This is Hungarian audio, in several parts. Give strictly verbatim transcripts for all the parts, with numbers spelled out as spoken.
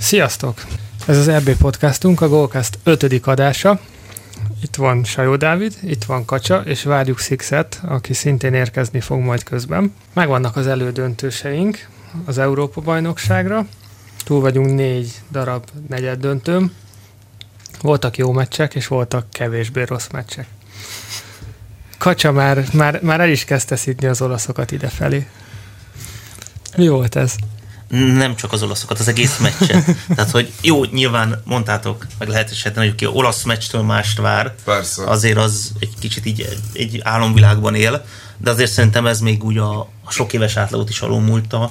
Sziasztok! Ez az er bé podcastunk, a Goalcast ötödik adása. Itt van Sajó Dávid, itt van Kacsa, és várjuk Sixet, aki szintén érkezni fog majd közben. Megvannak az elődöntőseink az Európa-bajnokságra. Túl vagyunk négy darab negyeddöntőm. Voltak jó meccsek, és voltak kevésbé rossz meccsek. Kacsa már, már, már el is kezdte szidni az olaszokat idefelé. Mi volt ez? Nem csak az olaszokat, az egész meccset. Tehát, hogy jó, nyilván mondtátok, meg lehet esetben, hogy aki olasz meccstől mást vár, persze. Azért az egy kicsit így egy álomvilágban él, de azért szerintem ez még úgy a, a sok éves átlagot is alulmúlta,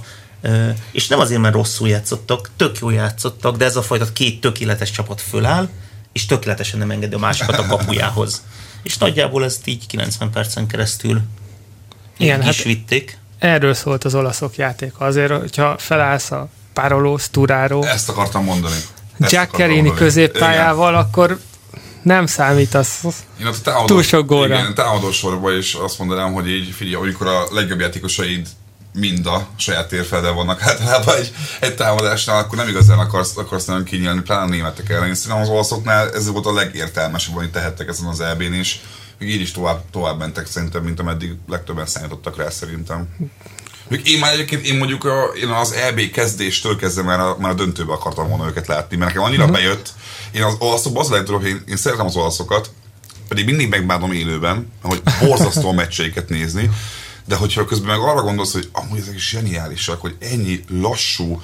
és nem azért, mert rosszul játszottak, tök jól játszottak, de ez a fajta két tökéletes csapat föláll, és tökéletesen nem engedi a másikat a kapujához. És nagyjából ezt így kilencven percen keresztül Igen, is hát vitték. Erről szólt az olaszok játéka. Azért, hogyha felállsz a Parolo, Sturaro, ezt akartam mondani. Giaccherini középpályával, igen. Akkor nem számítasz Én ott támadó, túl sok gólra. Igen, támadó sorban is azt mondanám, hogy így figyelj, amikor a legjobb játékosaid mind a saját térfeleden vannak általában egy, egy támadásnál, akkor nem igazán akarsz, akarsz nagyon kinyílni, pláne a németek ellen. Én szerintem az olaszoknál ez volt a legértelmesebb, amit tehettek ezen az é bén is. Még így is tovább, tovább mentek szerintem, mint ameddig legtöbben számítottak rá szerintem. Még én már egyébként, én mondjuk a, én az é bé kezdéstől kezdve már a, már a döntőbe akartam volna őket látni, mert nekem annyira uh-huh. bejött. Én az olaszokban az lehet, hogy én, én szeretem az olaszokat, pedig mindig megbánom élőben, hogy borzasztó meccseiket nézni, de hogyha közben meg arra gondolsz, hogy amúgy ezek is zseniálisak, hogy ennyi lassú,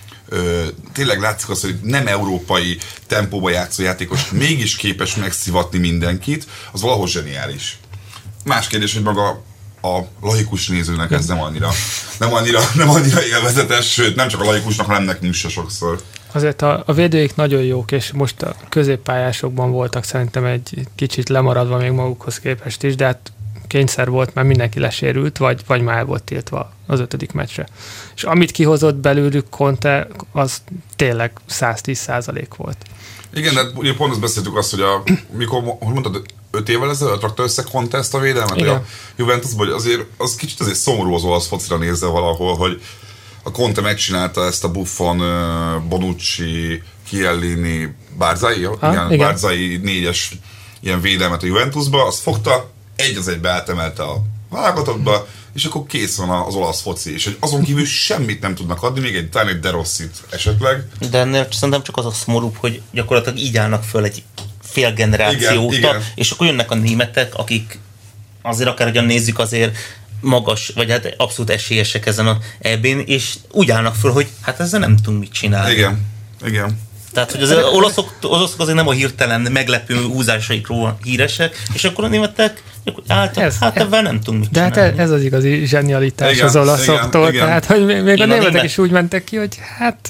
Ö, tényleg látszik az, hogy nem európai tempóba játszó játékos mégis képes megszivatni mindenkit, az valahol zseniális. Más kérdés, hogy maga a laikus nézőnek ez nem annyira, nem annyira, nem annyira élvezetes, sőt nem csak a laikusnak, hanem nekünk se sokszor. Azért a, a védőik nagyon jók, és most a középpályásokban voltak szerintem egy kicsit lemaradva még magukhoz képest is, de hát kényszer volt, mert mindenki lesérült, vagy, vagy már volt tiltva az ötödik meccsre. És amit kihozott belőlük Conte, az tényleg száztíz százalék volt. Igen, de ugye pont azt beszéltük azt, hogy a, mikor, hogy mondtad, öt évvel ezelőtt rakta össze Conte ezt a védelmet, hogy a Juventusban, hogy azért az kicsit azért szomorú az olasz focira nézve valahol, hogy a Conte megcsinálta ezt a Buffon, Bonucci, Chiellini, Barzai, ha, igen, igen. Barzai négyes ilyen védelmet a Juventusba, azt fogta, egy az egybe átemelte a válogatottba, és akkor kész van az olasz foci, és hogy azon kívül semmit nem tudnak adni, még egy talán egy De Rossit esetleg. De ennél szerintem csak az a szomorúbb, hogy gyakorlatilag így állnak föl egy fél generáció óta, és akkor jönnek a németek, akik azért akárhogyan nézzük, azért magas, vagy hát abszolút esélyesek ezen az é bén, és úgy állnak föl, hogy hát ezzel nem tudunk mit csinálni. Igen, igen. Tehát, hogy az olaszok, olaszok azért nem a hirtelen meglepő húzásaikról híresek, és akkor a németek álltak, ez, hát ebben nem tudunk mit de csinálni. De hát ez az igazi zsenialitás igen, az olaszoktól, igen, igen. Tehát, hogy még igen, a németek német... is úgy mentek ki, hogy hát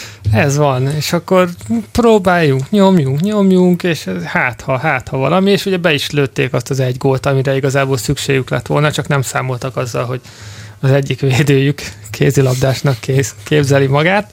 ez van, és akkor próbáljunk, nyomjunk, nyomjunk, és hát ha, hát ha valami, és ugye be is lőtték azt az egy gólt, amire igazából szükségük lett volna, csak nem számoltak azzal, hogy az egyik védőjük kézilabdásnak kéz, képzeli magát.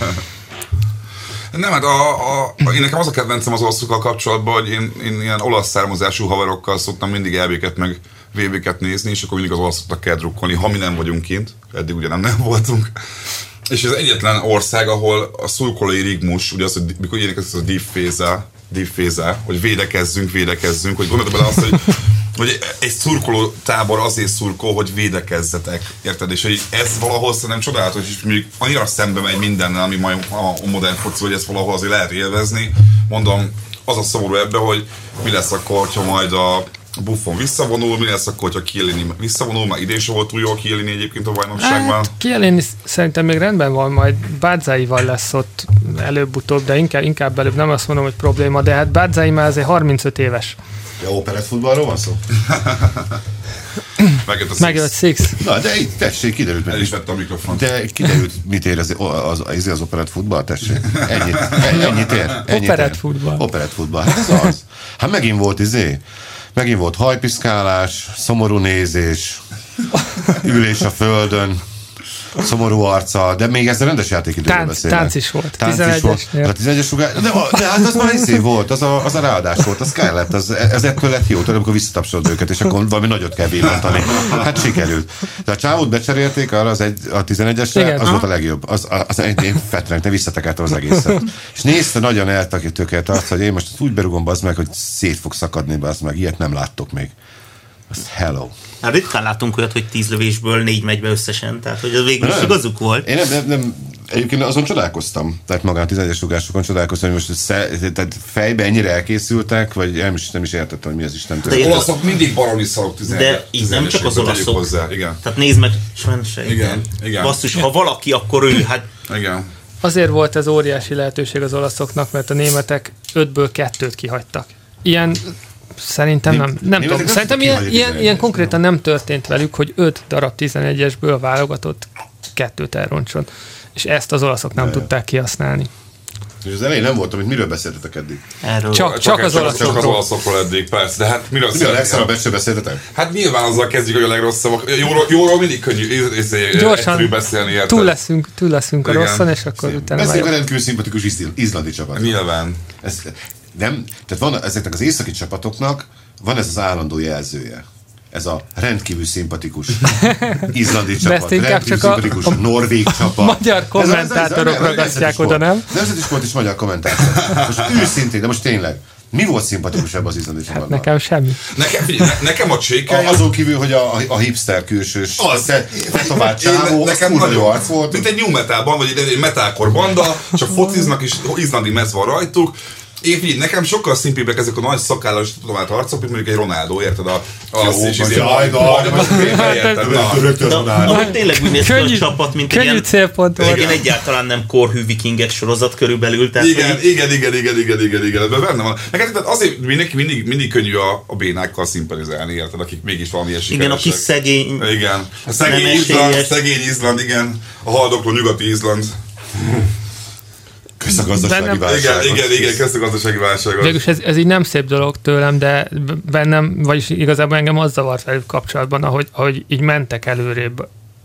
Nem, hát a, a, a, én nekem az a kedvencem az olaszokkal kapcsolatban, hogy én, én ilyen olasz származású haverokkal szoktam mindig é béket meg vé béket nézni, és akkor mindig az olaszoknak kell drukkolni, ha mi nem vagyunk kint, eddig ugye nem, nem voltunk. És ez egyetlen ország, ahol a szurkolói rigmus, ugye az, hogy mikor ilyenek ez a diféza, diféza, hogy védekezzünk, védekezzünk, hogy gondolod bele azt, hogy, hogy egy szurkoló tábor azért szurkol, hogy védekezzetek, érted? És hogy ez valahol szerintem csodálatos, és mondjuk annyira szembe megy mindennel, ami majd a modern foci, hogy ezt valahol azért lehet élvezni. Mondom, az a szomorú ebben, hogy mi lesz akkor, ha majd a Buffon visszavonul, mi lesz akkor, hogyha Chiellini visszavonul, már idén sem volt túl jó a Chiellini egyébként a bajnokságban. Hát, Chiellini szerintem még rendben van, majd Barzaival lesz ott előbb-utóbb, de inkább, inkább előbb nem azt mondom, hogy probléma, de hát Barzai már azért harmincöt éves. Ja, operett futballról van szó? Megjött a Six. Megjött Six. Na, de itt tessék, kiderült. El is vette a mikrofont. De kiderült, mit ér az, az, az, az operett futball, tessék. Ennyit, ennyit ér. Ennyit operett ér. futball. Operett futball, hát ez az. Hát megint volt izé. Megint volt hajpiszkálás, szomorú nézés, ülés a földön, szomorú arca, de még ez a rendes játékidőről Tánc, beszélnek. tánc is volt. Tánc is volt. A tizenegyes sugár, de, de hát az már izé volt, az a, az a ráadás volt, az kell lett, az, ez ettől lett jó, tudod, amikor visszatapsolod őket, és akkor valami nagyot kell villantani. Hát sikerült. De a csávót becserélték arra az egy, a tizenegyesre, igen, az aha. volt a legjobb. Az, az, az én fetrengtem, visszatekertem az egészet. És nézte nagyon eltakít tökélet azt, hogy én most úgy berugom bazd meg, hogy szét fog szakadni bazd meg, ilyet nem láttok még. Azt hello. Hát ritkán látunk olyat, hogy tíz lövésből négy megy be összesen, tehát hogy az végül is igazuk volt. Én nem, nem, nem, egyébként azon csodálkoztam, tehát magán a tizenegyes rugásokon csodálkoztam, hogy most sze, tehát fejbe ennyire elkészültek, vagy nem is, nem is értettem, hogy mi az Isten történt. Az olaszok mindig baromi szarok tizenegyes. De így nem csak az olaszok. Hozzá. Igen. Tehát nézd meg, Svense. Igen, igen. Basszus, ha valaki, akkor ő, hát... Igen. Azért volt ez óriási lehetőség az olaszoknak, mert a németek ötből kettőt kihagytak. Ilyen szerintem nem, nem tudom. Szerintem ilyen, ilyen, ilyen konkrétan nem történt velük, hogy öt darab tizenegyesből válogatott kettőt elroncson. És ezt az olaszok nem de. tudták kihasználni. És az elején nem voltam, hogy miről beszéltetek eddig? Erről. Csak, csak, csak, az csak, csak az olaszokról eddig, persze. De hát miről mi a legszarabb se beszéltetek? Hát nyilván azzal kezdjük, hogy a legrosszabb. Jóról, jóról mindig könnyű, egyszerű beszélni. Érted? Túl leszünk, túl leszünk a rosszon, és akkor utána... Beszéljük a rendkívül szimpatikus izlandi csapat. Nyilván. Ez, nem, tehát van ezeknek az északi csapatoknak van ez az állandó jelzője. Ez a rendkívül szimpatikus izlandi csapat, rendkívül szimpatikus a, a norvég csapat. Magyar kommentátorok ragasztják oda, nem? Nemzeti sport és magyar kommentátor. Most őszintén, de most tényleg, mi volt szimpatikusabb az izlandi csapatban? Hát nekem semmi. Nekem, figyelj, ne, nekem a csékája... Azon kívül, hogy a, a hipster külsős, fetovált csávó, az kurva jó arc volt. Mint egy new metalban, vagy egy metalkor banda, csak fociznak és izlandi mez van rajtuk. Én figyelj, nekem sokkal szimplibbek ezek a nagy szakállas tudomált arcok, mint mondjuk egy Ronaldo, érted? A, a jó, és jaj, de tényleg úgy néz ki a csapat, mint egy ilyen, egy egyáltalán nem korhű vikingek sorozat körülbelül. Tehát igen, hogy... igen, igen, igen, igen, igen, igen, ebben benne van. Neked tehát azért mindig, mindig, mindig könnyű a, a bénákkal szimpatizálni, érted, akik mégis valamilyen sikeresek. Igen, a kis szegény... Igen, a szegény Izland, szegény Izland, igen, a haldokló nyugati Izland. Kösz a gazdasági válságot. Igen, igen, igen, kösz a gazdasági válságot. Végülis ez, ez így nem szép dolog tőlem, de bennem, vagyis igazából engem az zavart velük kapcsolatban, ahogy, ahogy így mentek előrébb,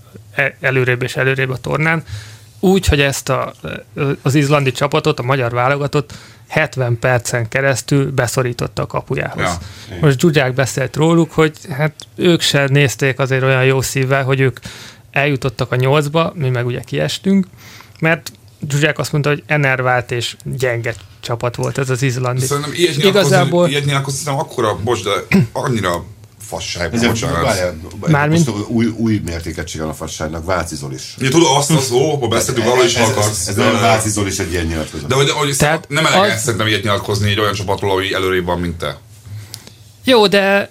előrébb és előrébb a tornán, úgy, hogy ezt a, az izlandi csapatot, a magyar válogatott hetven percen keresztül beszorította a kapujához. Ja. Most Zsuzsák beszélt róluk, hogy hát ők se nézték azért olyan jó szívvel, hogy ők eljutottak a nyolcba, mi meg ugye kiestünk, mert Zsuzsák azt mondta, hogy enervált és gyenge csapat volt ez az izlandi. Szerintem ilyet nyilatkozni, ilyet nyilatkozni szerintem akkora, bocs, de annyira fasság, bocsánat. Mármint új, új mértéket csinál a fasságnak, Vácizol is. Ja, tudod, azt az ó, beszéltünk arról is, ha akarsz. Ez a Vácizol is egy ilyen nyilatkozat. De hogy, hogy nem elegáns szerintem ilyet nyilatkozni egy olyan csapatról, ami előrébb van, mint te. Jó, de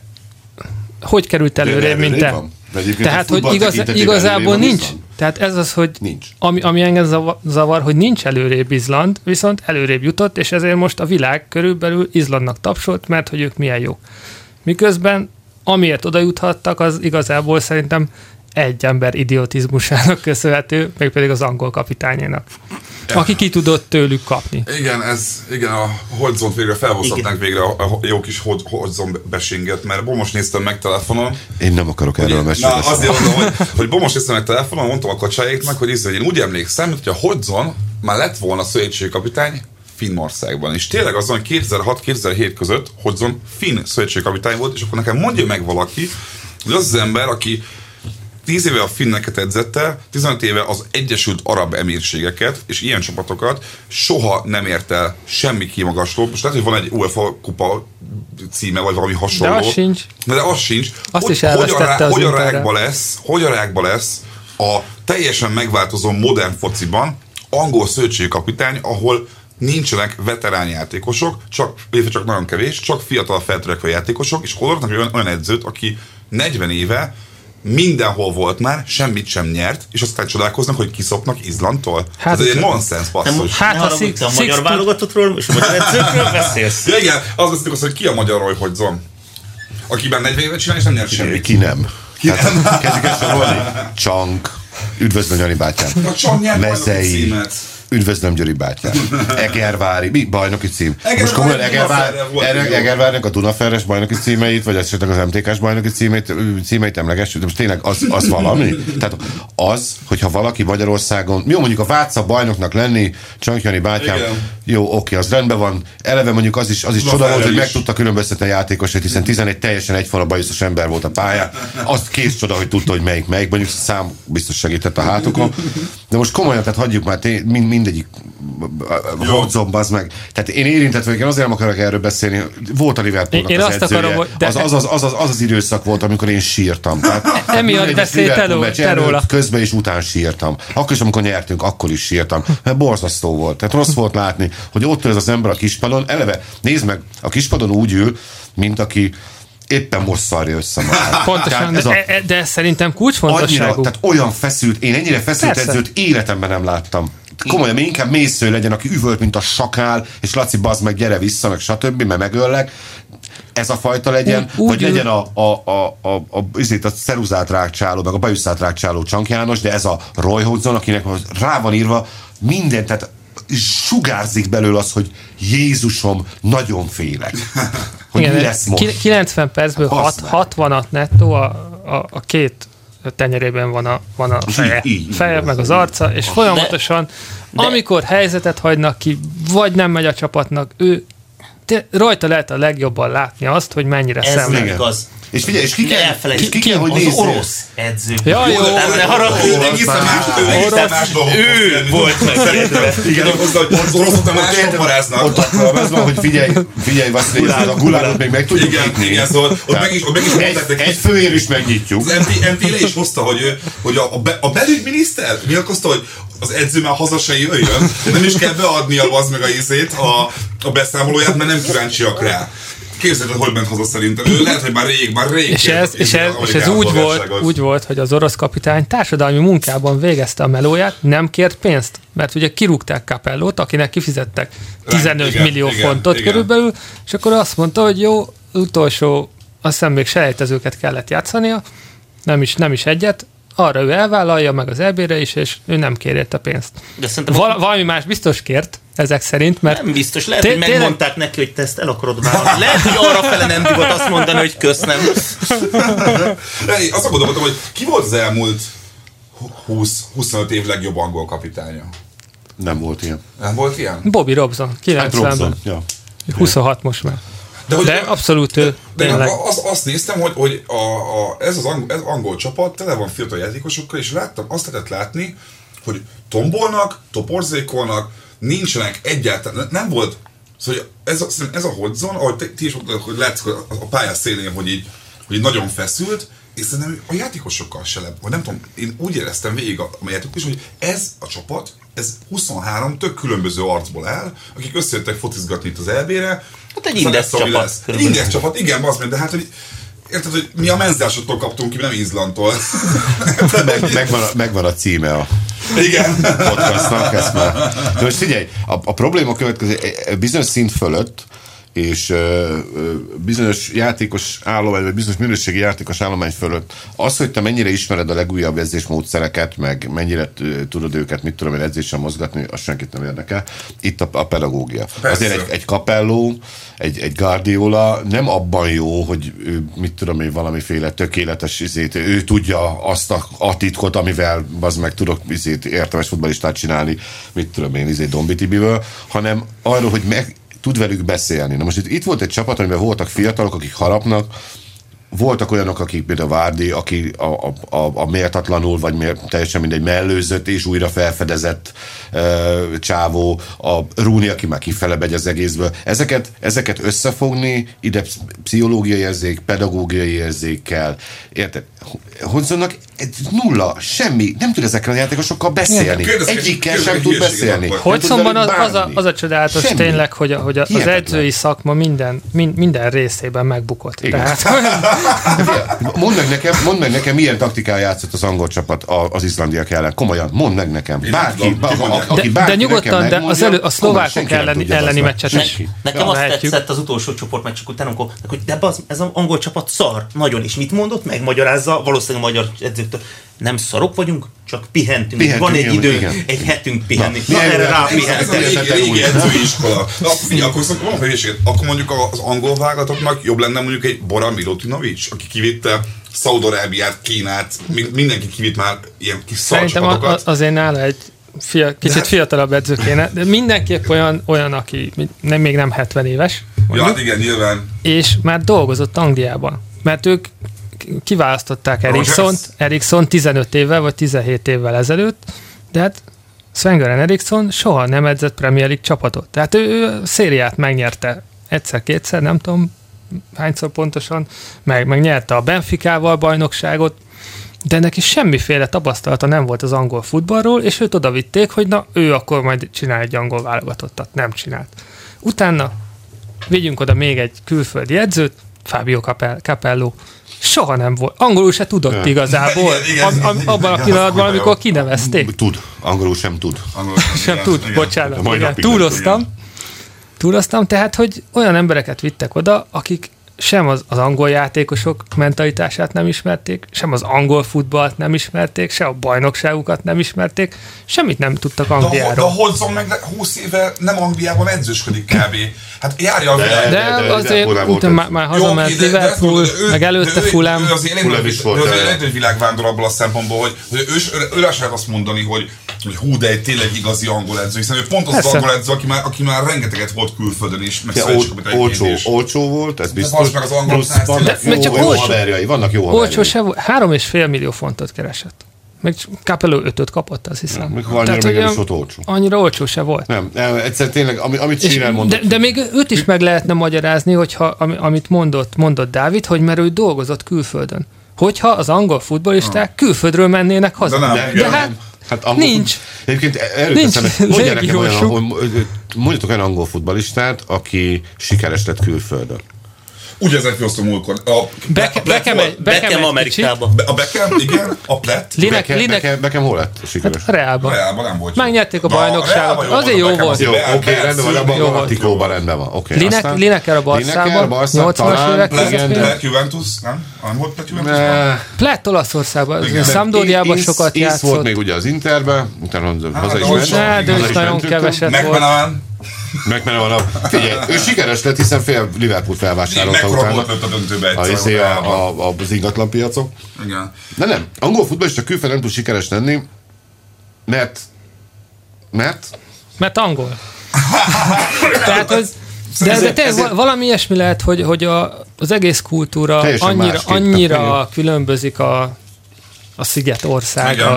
hogy került előrébb, mint te? Tehát, hogy igaz, igazából nincs. Izland? Tehát ez az, hogy nincs. Ami, ami engem zavar, hogy nincs előrébb Izland, viszont előrébb jutott, és ezért most a világ körülbelül Izlandnak tapsolt, mert hogy ők milyen jók. Miközben amiért oda juthattak, az igazából szerintem egy ember idiotizmusának köszönhető, mégpedig az angol kapitányénak. Ja. Aki ki tudott tőlük kapni. Igen, ez, igen, a Hodzont végre felhozhatnánk végre a, a jó kis Hodzon besinget, mert Bomos néztem meg telefonon. Én nem akarok erről mesélni. Na, azért mondom, hogy, hogy Bomos néztem meg telefonon, mondtam a kacsáéknak, hogy, hogy én úgy emlékszem, hogy a Hodzon már lett volna szövetségi kapitány Finnországban. És tényleg azon, hogy kétezer-hat kétezer-hét között Hodzon finn szövetségi kapitány volt, és akkor nekem mondja meg valaki, hogy az az ember, aki tíz éve a finneket edzette, tizenöt éve az Egyesült Arab Emírségeket, és ilyen csapatokat soha nem ért el semmi kimagasló. Most lehet, hogy van egy UEFA kupa címe, vagy valami hasonló. De az sincs. De az sincs. Azt hogy, is elvesztette az Hogy a rákba lesz, hogy a rákba lesz a teljesen megváltozó modern fociban angol szövetségi kapitány, ahol nincsenek veterán játékosok, csak, csak nagyon kevés, csak fiatal feltörekvő játékosok, és odaadnak olyan, olyan edzőt, aki negyven éve mindenhol volt már, semmit sem nyert, és aztán csodálkoznak, hogy kiszopnak Izlandtól. Hát, ez egy nonsens passzus. Hát, ha six, a magyar válogatottról és a magyar edzőkről beszélsz. Ja, igen, az beszéltük azt, hogy ki a magyar Roy Hodgson, akiben negyven évet csinál, és nem nyert semmit. Ki nem. Ki hát, nem. Kezdjük el sorolni. Csank, üdvözlő Nyani bátyám. A Csank nyert majd a címet. Üdvözlöm Győri bátyám. Egervári, mi? Bajnoki cím. Egervári, Most komolyan Egervár, Dunaferre volt, Egervárnak a Dunaferres bajnoki címeit, vagy esetleg az em té kás bajnoki címeit, címeit emlegessük, de most tényleg az, az valami? Tehát az, hogyha valaki Magyarországon, jó, mondjuk a Váca bajnoknak lenni, Csankjani bátyám, igen. Jó, oké, az rendben van. Eleve mondjuk az is, az is csoda volt, hogy meg tudta különböztetni a játékosait, hiszen tizenegy teljesen egyforma bajuszos ember volt a pályán. Az kész csoda, hogy tudta, hogy melyik melyik, mondjuk szám biztos segített a hátukon. De most komolyan, tehát hagyjuk már té- mind, mindegyik hodzomba, az meg. Tehát én érintett vagyok, én azért nem akarok erről beszélni. Volt a Liverpoolnak én az azt edzője. akarom, de... az, az, az, az, az, az az időszak volt, amikor én sírtam. Emiatt beszélt te róla. Közben is után sírtam. Akkor is, amikor nyertünk, akkor is sírtam. Mert borzasztó volt. Tehát rossz volt látni, hogy ott ül ez az ember a kispadon. Eleve, nézd meg, a kispadon úgy ül, mint aki éppen most szarja össze magát. Pontosan, ez a, de, de ez szerintem kulcsfontosságú. Tehát olyan feszült, én ennyire feszült Persze. edzőt életemben nem láttam. Komolyan, még inkább Mésző legyen, aki üvölt, mint a sakál, és Laci, bazd meg, gyere vissza, meg stb., mert megöllek. Ez a fajta legyen, úgy, vagy úgy legyen a, a, a, a, a, a, a ceruzát rákcsáló, meg a bajuszát rákcsáló Csank János, de ez a Roy Hodgson, akinek rá van írva minden, tehát sugárzik belőle az, hogy Jézusom, nagyon félek. Hogy igen, mi lesz most? kilencven percből hatvanat nettó, a, a, a két tenyerében van a, van a feje, így, így, feje meg az arca, és folyamatosan, de, amikor de, helyzetet hagynak ki, vagy nem megy a csapatnak, ő te, rajta lehet a legjobban látni azt, hogy mennyire szenved. Ez igaz. És figyelj, és ki kell, ki, ki kell, hogy az nézzél. orosz edző. Ja, jó, ne haragudj. Ő volt megkérdve. Igen, az oroszok a mások paráznak. Ott az van, hogy figyelj, figyelj, Vasszili, a gulágot még meg tudjuk nyitni. Igen, szóval ott meg is mondták. Egy főér is megnyitjuk. Az em té le is hozta, hogy a belügyminiszter nyilatkozta, hogy az edző már haza se jöjjön, nem is kell beadnia az meg a izét, a, a beszámolóját, mert nem kíváncsiak rá. Képzeld, hogy ment haza szerintem. Ő lehet, hogy már rég, már rég. És ez, és ez, és ez úgy, volt, úgy volt, hogy az orosz kapitány társadalmi munkában végezte a melóját, nem kért pénzt, mert ugye kirúgták Capellót, akinek kifizettek tizenöt igen, millió igen, fontot igen. körülbelül, és akkor azt mondta, hogy jó, utolsó, azt hiszem még selejtezőket kellett játszania, nem is, nem is egyet, arra ő elvállalja, meg az é bé-re is, és ő nem kér érte pénzt. Val- valami más biztos kért, ezek szerint, mert... Nem biztos, lehet, hogy megmondták neki, hogy te ezt el akarod vállalni. Lehet, hogy arra fele nem tudott azt mondani, hogy köszönöm. Azt gondoltam, hogy ki volt az elmúlt húsz-huszonöt év legjobb angol kapitánya? Nem volt ilyen. Nem volt ilyen? Bobby Robson, kilencvenben. Hát ja. huszonhat most már. De, hogy, de abszolút ő. De, de az, azt néztem, hogy, hogy a, a, ez az angol, ez angol csapat tele van fiatal játékosokkal, és láttam, azt lehetett látni, hogy tombolnak, toporzékolnak, nincsenek egyáltalán, nem volt, szóval ez a, ez a Hodgson, ahogy ti, ti is mondtad, hogy látszik a pálya szélén, hogy így, hogy így nagyon feszült, és szerintem a játékosokkal se lep, vagy nem tudom, én úgy éreztem végig a, a játékos, hogy ez a csapat, ez huszonhárom tök különböző arcból áll, akik összejöttek focizgatni itt az é bé-re. Hát egy index csapat. Egy index csapat, igen, bazd, de hát, hogy érted, hogy mi a menzásottól kaptunk ki, nem Izlandtól. Meg, megvan, a, megvan a címe a igen. podcastnak, ezt már. De most figyelj, a, a probléma következő, bizonyos szint fölött, és uh, bizonyos játékos állomány, vagy bizonyos minőségi játékos állomány fölött. Az, hogy te mennyire ismered a legújabb edzésmódszereket, meg mennyire tudod őket, mit tudom én edzéssel mozgatni, az senkit nem érdekel. Itt a, a pedagógia. Persze. Azért egy, egy Capello, egy, egy Guardiola nem abban jó, hogy ő, mit tudom én, valamiféle tökéletes izét, ő tudja azt a, a titkot, amivel az meg tudok izét, értelmes futballistát csinálni, mit tudom én, izét Dombitibiből, hanem arról, hogy meg tud velük beszélni. Na most itt, itt volt egy csapat, amiben voltak fiatalok, akik harapnak, voltak olyanok, akik például Várdi, aki a, a, a, a méltatlanul, vagy mér, teljesen mindegy mellőzött és újra felfedezett uh, csávó, a Rooney, aki már kifele megy az egészből. Ezeket, ezeket összefogni, ide pszichológiai érzék, pedagógiai érzékkel, érted? Hodgsonnak nulla, semmi, nem tud ezekkel a játékosokkal beszélni. Egyikkel sem tud beszélni. Hodgsonban az, az, a, az a csodálatos semmi. Tényleg, hogy, a, hogy a, az edzői szakma minden, mind, minden részében megbukott. Tehát, mondd meg nekem, mondd meg nekem, milyen taktikával játszott az angol csapat az izlandiak ellen. Komolyan, mondd meg nekem. Bárki, aki bárki de nyugodtan, de az elő, a szlovákok elleni, elleni meccset ne, nekem azt tetszett az utolsó csoportmeccsek után, amikor, hogy de az, ez az angol csapat szar, nagyon is. Mit mondott? Megmagyarázza, valószínűleg a magyar edzőktől. nem szarok vagyunk, csak pihentünk. Pihentünk, Van egy idő, igen. egy hetünk pihenni. Na, Na, milyen- erre Ez a rápihentem. régi, régi edzői iskola. Na, figyelj, akkor szóval van hülyeséget. Akkor mondjuk az angol válogatottnak jobb lenne mondjuk egy Boran Milutinovic, aki kivitte Szaúd-Arábiát, Kínát, mind- mindenki kivitt már ilyen kis Szerintem a, a, szarcsapatokat. azért nála egy fia, kicsit hát- fiatalabb edző kéne, de mindenképp olyan, olyan aki nem, még nem hetven éves, Ja, mondjuk, hát igen, nyilván. és már dolgozott Angliában. Mert ők kiválasztották Erikssont, Eriksson tizenöt évvel vagy tizenhét évvel ezelőtt, de hát Sven-Göran Eriksson soha nem edzett Premier League csapatot. Tehát ő, ő szériát megnyerte egyszer-kétszer, nem tudom hányszor pontosan, meg, meg nyerte a Benficával bajnokságot, de neki semmiféle tapasztalata nem volt az angol futballról, és őt oda vitték, hogy na, ő akkor majd csinál egy angol válogatottat. Nem csinált. Utána vigyünk oda még egy külföldi edzőt, Fabio Capel- Capello. Soha nem volt. Angolul se tudott Ja. igazából. Igen, igen, Ab, ab, igen, abban a igen, pillanatban, az amikor kinevezték. Tud. Angolul sem tud. Angol- Sem igen, tud, igen. bocsánat. Mai Igen, napig túloztam. Túloztam, tehát, hogy olyan embereket vittek oda, akik sem az, az angol játékosok mentalitását nem ismerték, sem az angol futballt nem ismerték, se a bajnokságukat nem ismerték, semmit nem tudtak De, a- de a Angliáról. Hodgson meg húsz éve nem Angliában edzősködik kb. Hát járja a világ. De, de- de azért korábban utána volt már, már Jó, hazament oké, de- de ezt Liverpool, mondod, ő- meg előtte de ő- Fulham. Ő azért elég Fulham nagy- is volt, ő azért de- elég nagy világvándor abból a szempontból, hogy, hogy ő, ő, ő lehet azt mondani, hogy, hogy hú, de egy tényleg igazi angol edző, hiszen ő pont az, az Persze. angol edző, aki már, aki már rengeteget volt külföldön is, meg Ja, ol, szövetségkapitányként olcsó, is. olcsó volt, ez biztos. most meg az angoloknál Plusz ezt vannak tényleg- De- jó, meg csak jó olcsó- haverjai, vannak jó Olcsó haverjai. se volt, három és fél millió fontot keresett. Meg Capello ötöt kapott, azt hiszem. Mikor annyira Tehát, még hogy nem is olyan- volt olcsó. Annyira olcsó se volt. Nem, nem, egyszer tényleg, ami, amit És Schiller de, mondott. de még őt is meg lehetne magyarázni, hogyha, ami, amit mondott, mondott Dávid, hogy mert ő dolgozott külföldön. Hogyha az angol futballisták külföldről mennének haza. De nem, de igen. hát Hát angol nincs. fut- Egyébként erről Nincs teszem, mondja nekem olyan, légiósuk. hogy mondjatok olyan angol futballistát, aki sikeres lett külföldön. Úgy ezek fosztom múltkor. A, Beke- a Platt Beckham volt- egy- Beckham Beckham egy Amerikába. Be- A Beckham, igen, a Platt. Linek, Beckham, Linek, Beckham, Beckham hol lett sikeres? hát Reálban. Reálban nem volt jó. Megnyerték a Na, bajnokságot. Reálban jó Azért volt a jó Beckham, volt. azért Jó, Reál- oké, Reál rendben van, abban szülő- a volt. Galacticóban rendben van. Oké, Linek- aztán- Lineker a Barszában, Lineker, Barca, nyolcvanas talán, évek Platt, közepén. igen. Platt Juventus, nem? Nem volt Platt Juventus? Eh, Platt Olaszországban, Igen. Sampdoriában Ince- sokat Ince volt játszott. még ugye az Interbe, utána haza is de ment. olcsó. Hát, de ő Haza is is nagyon mentük. keveset volt. McManaman. Megmenne van a... Figyelj, ő sikeres lett, hiszen fél Liverpool felvásárolta Mekkora utána. volt lőtt a döntőbe A, egyszer. izé, Reálban. a, a, az ingatlan piacok. Igen. De nem, angol futballista külföldön nem tud sikeres lenni, mert... Mert? Mert angol. Tehát, hogy de, de Ezért- tényleg ezért- val- valami ilyesmi lehet, hogy, hogy a, az egész kultúra Teljesen annyira, másképp, annyira igen. különbözik a, a szigetország, Igen. a,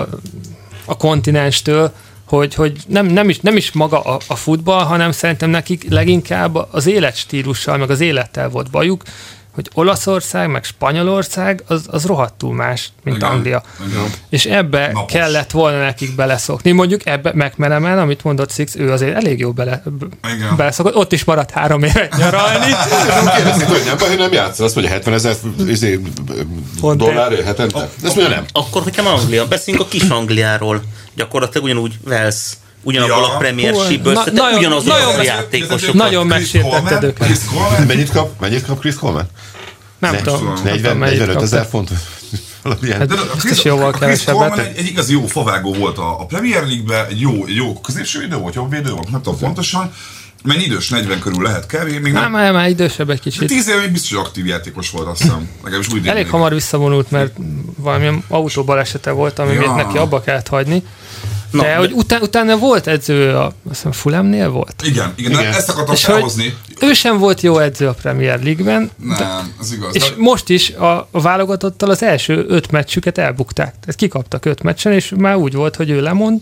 a kontinenstől, hogy, hogy nem, nem, is, nem is maga a, a futball, hanem szerintem nekik leginkább az életstílussal, meg az élettel volt bajuk, hogy Olaszország, meg Spanyolország, az, az rohadtul más, mint Igen. Anglia. Igen. És ebbe Napos. kellett volna nekik beleszokni. Mondjuk ebbe McManaman, amit mondott Six, ő azért elég jó bele, Igen. beleszokott. Ott is maradt három évet nyaralni. Kérdezik, hogy nem baj, hogy nem játszol. Azt mondja, hetvenezer izé, Fontért. dollárért hetente. Ezt mondja, nem. Akkor, hogyha már Anglia, beszéljünk a kis Angliáról. Gyakorlatilag ugyanúgy Wales, ugyanabból Ja. a Premiershipből, Na- szinte nagyon- ugyanazok nagyon- a játékosok. Nagyon Chris megsértetted Coleman, őket. Chris Coleman. Mennyit kap, mennyit kap Chris Coleman? Nem Ne- tudom. nem tudom, negyven, mennyit negyvenöt ezer kaptak. font? Valamilyen. Hát- De a Azt Chris, is jóval a Chris kevesebbet. Coleman egy, egy igazi jó favágó volt a, a Premier League-ben, egy jó, egy jó középső védő volt, jobb védő volt, nem tudom pontosan. Mennyi idős, negyven körül lehet kb. Még Nem, nem. már, már idősebb egy kicsit. tíz éve még biztos, hogy aktív játékos volt, azt hiszem. Legalábbis úgy Elég rémlik. hamar visszavonult, mert valamilyen autóbalesete volt, ami Ja. miatt neki abba kellett hagyni. Na, De de- hogy utána, utána volt edző, a, azt hiszem Fulhamnél volt. Igen, igen, Igen. igen. Ezt akartam És hogy felhozni. ő sem volt jó edző a Premier League-ben, Nem, ez igaz. és De- most is a, a válogatottal az első öt meccsüket elbukták. Tehát kikaptak öt meccsen, és már úgy volt, hogy ő lemond,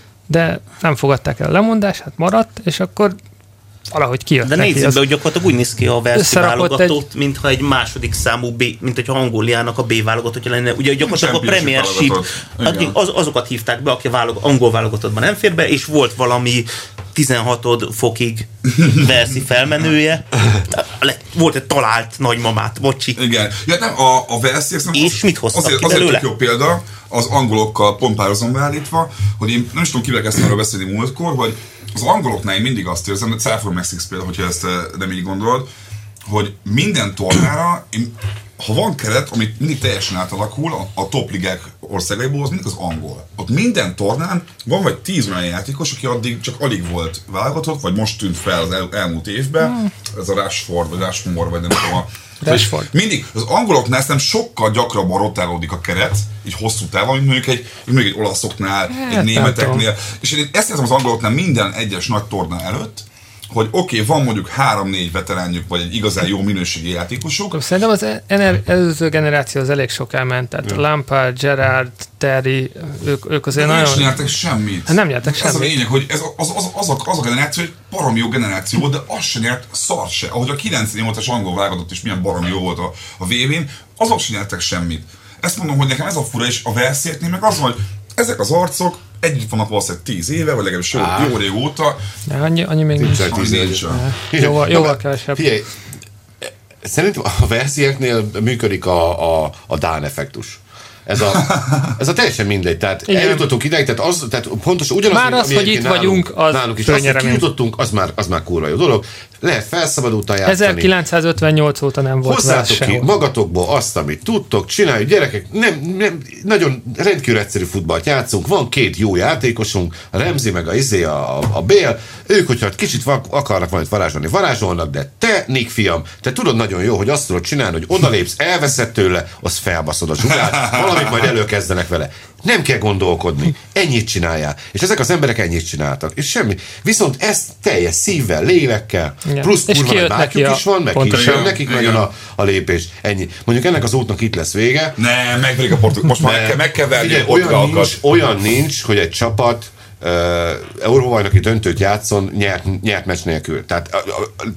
de nem fogadták el a lemondást, hát maradt, és akkor valahogy kijött De neki. nézzük az- be, hogy gyakorlatilag úgy néz ki a Velszi Összerakott válogatott, mintha egy második számú B, mint hogyha Angliának a B válogatottja lenne. Ugye gyakorlatilag a Championship Premiership, válogatott. Igen. az, azokat hívták be, aki a válog, angol válogatottban nem fér be, és volt valami tizenhat fokig Velszi felmenője. Le- Volt egy talált nagymamát, bocsi. Igen. Ja, nem, a, a Velsziek És mit hoztak azért, ki azért belőle? tök jó példa, az angolokkal pont párhuzamba állítva, hogy én nem is tudom, kivel kezdtem arról beszélni múltkor, hogy az angoloknál én mindig azt érzem, hogy Salford Mexics példa, hogyha ezt eh, nem így gondolod, hogy minden tornára, én, ha van keret, amit mindig teljesen átalakul, a, a top ligák országaiból, az mindig az angol. Ott minden tornán van vagy tíz olyan játékos, aki addig csak alig volt válogatott, vagy most tűnt fel az el, elmúlt évben, hmm. ez a Rashford, vagy Rashmore, vagy nem tudom a... Rashford. Mindig az angoloknál nem sokkal gyakrabban rotálódik a keret, így hosszú távon, mint mondjuk egy, mondjuk egy olaszoknál, hát, egy németeknél. És én ezt nézem az angoloknál minden egyes nagy torna előtt, hogy oké, okay, van mondjuk három-négy veteránjuk, vagy egy igazán jó minőségi játékosok. Szerintem az ener- előző generáció az elég sok elment, tehát ja. Lampard, Gerrard, Terry, ők, ők azért de nagyon... Nem nyertek semmit. Hát nem nyertek semmit. Ez a lényeg, hogy ez az, az, az, a, az a generáció, hogy baromi jó generáció volt, de az se nyert szart se. Ahogy a kilencvennyolcas angol válogatott is milyen baromi jó volt a, a vé vén, azok se nyertek semmit. Ezt mondom, hogy nekem ez a fura, és a Velszéknél meg az, hogy ezek az arcok együtt vannak valószínűleg tíz éve, vagy legalábbis jó, jó régóta. Ja, annyi, annyi még nincs. nincs. Jóval, jóval kevesebb. Figyelj, szerintem a Velszéknél működik a, a, a Dán effektus. Ez a, ez a teljesen mindegy. Tehát igen. Eljutottunk ideig, tehát, az, tehát pontosan ugyanaz, már az, hogy itt nálunk, vagyunk, az nálunk is. Azt, hogy kijutottunk, az már, az már kurva jó dolog. Lehet felszabadultan játszani. ezerkilencszázötvennyolc óta nem volt hozzátok ki sehol. Magatokból azt, amit tudtok, csináljuk, gyerekek, nem, nem, nagyon rendkívül egyszerű futballt játszunk, van két jó játékosunk, a Remzi meg a Izé, a, a Bél, ők, hogyha kicsit akarnak valamit varázsolni, varázsolnak, de te, Nick fiam, te tudod nagyon jó, hogy azt tudod csinálni, hogy odalépsz, elveszed tőle, az felbaszod a zsugát, valamit majd előkezdenek vele. Nem kell gondolkodni. Ennyit csináljál. És ezek az emberek ennyit csináltak. És semmi. Viszont ezt teljes szívvel, lélekkel, igen. plusz kurva nagy bátyjuk is van, meg kisebb, nekik nagyon a, a lépés. Ennyi. Mondjuk ennek az útnak itt lesz vége. Nem, megverik a portugál. Most már meg kell, meg kell verni a olyan, olyan nincs, hogy egy csapat uh, Európa-bajnoki döntőt játszon nyert, nyert meccs nélkül. Tehát uh, uh,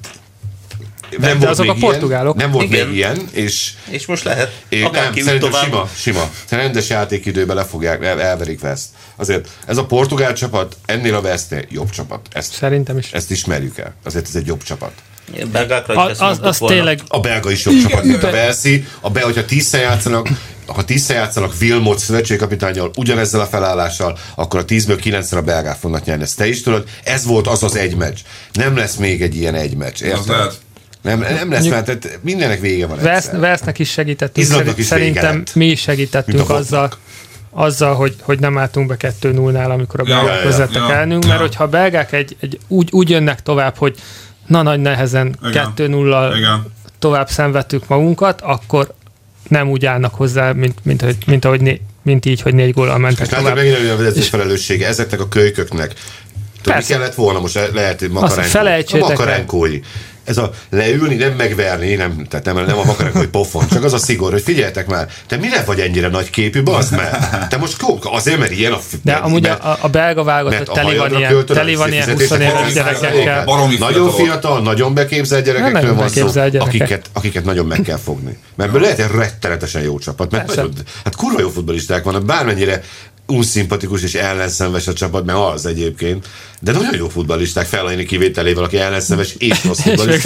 Nem de azok a portugálok. Ilyen, nem volt igen. még ilyen, és... És most lehet. És nem, szerintem tovább. sima, sima. Rendes játékidőben le fogják, el, elverik Veszt. Azért ez a portugál csapat ennél a Vesztnél jobb csapat. Ezt, szerintem is. Ezt ismerjük el. Azért ez egy jobb csapat. Belgákra is az, az tényleg... A belga is jobb igen, csapat, mint a Velszi. A be, hogyha tízszer játszanak, ha tízszer játszanak Wilmot szövetségkapitánnyal ugyanezzel a felállással, akkor a tízből kilencszer a belgák fognak nyerni. Ezt te is tudod. Ez volt az az egy meccs. Nem lesz még egy ilyen egy meccs. Érted? Nem, nem lesz, mert mindennek vége van egyszer. Velsznek is segítettünk, Izlandnak is szerintem mi is segítettünk azzal, azzal, hogy, hogy nem álltunk be kettő nullnál, amikor a belgák ja, vezettek ja, elnünk, ja. mert hogyha a belgák egy, egy, úgy, úgy jönnek tovább, hogy na nagy nehezen kettő nullal tovább szenvedtük magunkat, akkor nem úgy állnak hozzá, mint, mint, mint, mint, ahogy né, mint így, hogy négy góllal mentek és tovább. Megint a vezetős felelőssége ezeknek a kölyköknek. Tudod, mi kellett volna most? Lehet, hogy Makarenko. A Makarenkói. Ez a leülni, nem megverni, nem, tehát nem, nem a Makarenko, hogy pofon, csak az a szigor, hogy figyeljetek már, te mire vagy ennyire nagyképű, bazd meg? Te most azért, mert ilyen a... De amúgy mert, a, a belga válogatott teli van ilyen, teli van ilyen húsz éves gyerekekkel. Nagyon fiatal, nagyon beképzelt gyerekekről van szó, akiket, akiket nagyon meg kell fogni. Mert ebből lehet egy rettenetesen jó csapat, mert nagyon, hát kurva jó futballisták vannak, bármennyire unszimpatikus és ellenszenves a csapat, mert az egyébként, de nagyon jó futballisták Fellaini kivételével, aki ellenszenves és rossz futballista.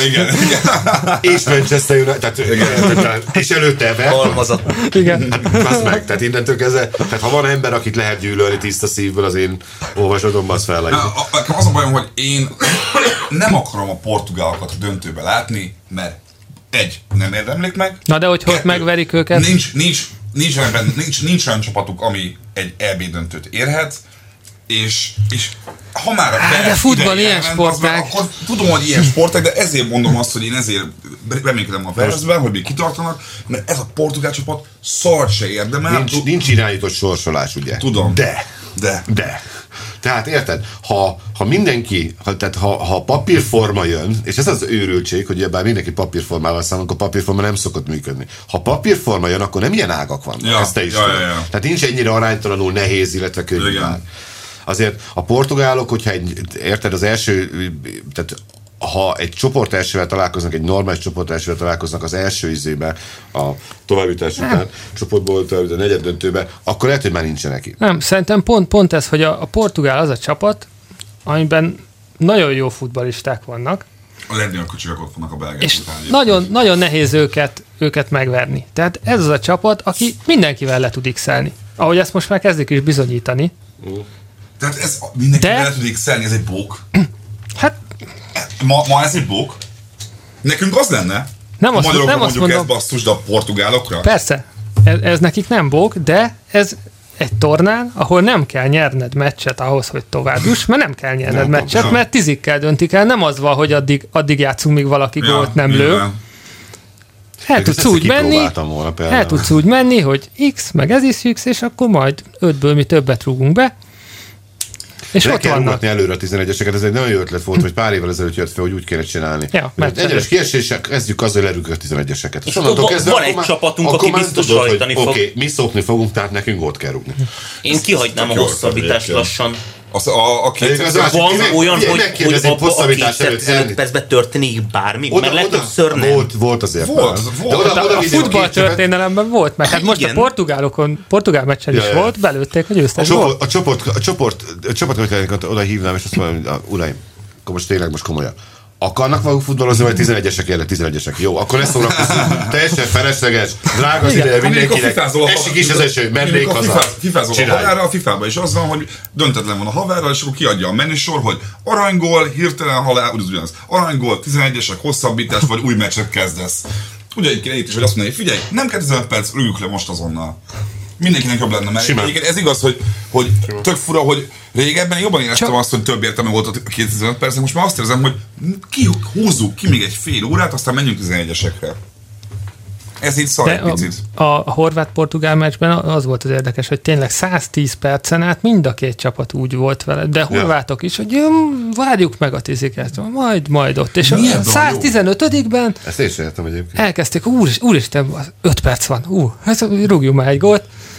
És Manchester United, tehát, igen. És előtte Everton. Igen. Hát az meg, tehát innentől kezdve, tehát ha van ember, akit lehet gyűlölni tiszta szívből, az én olvasatomban, az Fellaini. Az a bajom, hogy én nem akarom a portugálokat a döntőbe látni, mert egy, nem érdemlik meg. Na de hogy ott megverik őket? Nincs, nincs Nincs olyan, nincs, nincs olyan csapatuk, ami egy é bé döntőt érhet, és, és ha már a Á, de futball ilyen sportág. Akkor tudom, hogy ilyen sportág, de ezért mondom azt, hogy én ezért reménykedem a Velszben, hogy még kitartanak, mert ez a portugál csapat szart se érdemel. Nincs, nincs irányított sorsolás, ugye? Tudom. De. De. De. Tehát érted, ha, ha mindenki, ha, tehát ha, ha papírforma jön, és ez az őrültség, hogy bár mindenki papírformával számolunk, a papírforma nem szokott működni. Ha papírforma jön, akkor nem ilyen ágak vannak, ja, ezt te is ja, ja, ja. Tehát nincs ennyire aránytalanul nehéz, illetve könnyű. Azért a portugálok, hogyha egy, érted, az első, tehát ha egy csoport elsővel találkoznak, egy normális csoport elsővel találkoznak az első izében, a továbbjutás után, csoportból a negyed döntőben, akkor lehet, hogy már nincsenek itt. Nem, szerintem pont, pont ez, hogy a, a portugál az a csapat, amiben nagyon jó futballisták vannak. A legnagyobb kocsikak ott vannak a belgák. És nagyon, nagyon nehéz őket, őket megverni. Tehát ez az a csapat, aki mindenkivel le tud x-elni. Ahogy ezt most már kezdik is bizonyítani. Uh. Tehát ez mindenkivel De... le tud x-elni, ez egy bók. Hát Ma, ma ez egy bók? Nekünk az lenne? Nem a azt, magyarokra nem azt mondjuk mondom. ezt basszus, de a portugálokra? Persze. Ez, ez nekik nem bók, de ez egy tornán, ahol nem kell nyerned meccset ahhoz, hogy tovább juss, mert nem kell nyerned nem, meccset, nem. mert tízikkel döntik el, nem az van, hogy addig, addig játszunk, míg valaki ja, gólt nem lő. El tudsz úgy menni, el tudsz úgy menni, hogy X, meg ez is X, és akkor majd ötből mi többet rúgunk be. És le ott kell vannak. rúgatni előre a tizenegyeseket, ez egy nagyon jó ötlet volt, hogy pár évvel ezelőtt jött fel, hogy úgy kéne csinálni. Ja, egyenes kiesések, kezdjük azzal, hogy lerúgjuk a tizenegyeseket. És akkor kezdve, van egy már, csapatunk, aki biztos tudod, rajtani hogy, fog. Oké, okay, mi szokni fogunk, tehát nekünk gólt kell rúgni. Én kihagynám a hosszabbítást lassan. Az, a, a kétszáz van olyan, hogy, hogy abba a kétszáztizenöt percben történik bármi, oda, mert legtöbbször nem. Volt, volt azért. Volt, volt. De oda, oda a futball történelemben volt, mert hát most igen. a portugálokon, portugál meccsen ja, is ja. volt, belőtték a győztes volt. A csoport, a csoport, a csapatkönyveket oda hívnám, és azt mondom, uraim, akkor most tényleg most komolyan. Akarnak maguk futballozni, vagy tizenegyesek érle, tizenegyesek. Jó, akkor ezt szórakozunk. Teljesen felesleges, drága az ideje mindenkinek. Esik is az eső, mennék haza. Fifázol a haverra, a fifában is az van, hogy döntetlen van a haverral, és akkor kiadja a menüsor, hogy aranygól, hirtelen halál, ugyanaz. Aranygól, tizenegyesek, hosszabbítás, vagy új meccset kezdesz. Ugyanígy itt is, hogy azt mondja, hogy figyelj, nem kell tizenöt perc, rúgjuk le most azonnal. Mindenkinek jobb lenne, mert igen, ez igaz, hogy, hogy tök fura, hogy régebben jobban éreztem Csak... azt, hogy több értelme volt a kétszáztizenöt perc, most már azt érzem, hogy ki, húzzuk ki még egy fél órát, aztán menjünk tizenegyesekre. Ez így szar egy picit. A, a horvát-portugál meccsben az volt az érdekes, hogy tényleg száztíz percen át mind a két csapat úgy volt vele, de horvátok is, hogy jön, várjuk meg a tiziket, majd, majd ott. És milyen a száztizenötödikben ezt én sem értem egyébként. Elkezdték, úr, úristen, öt perc van, ú, hát rúgjunk már egy gólt.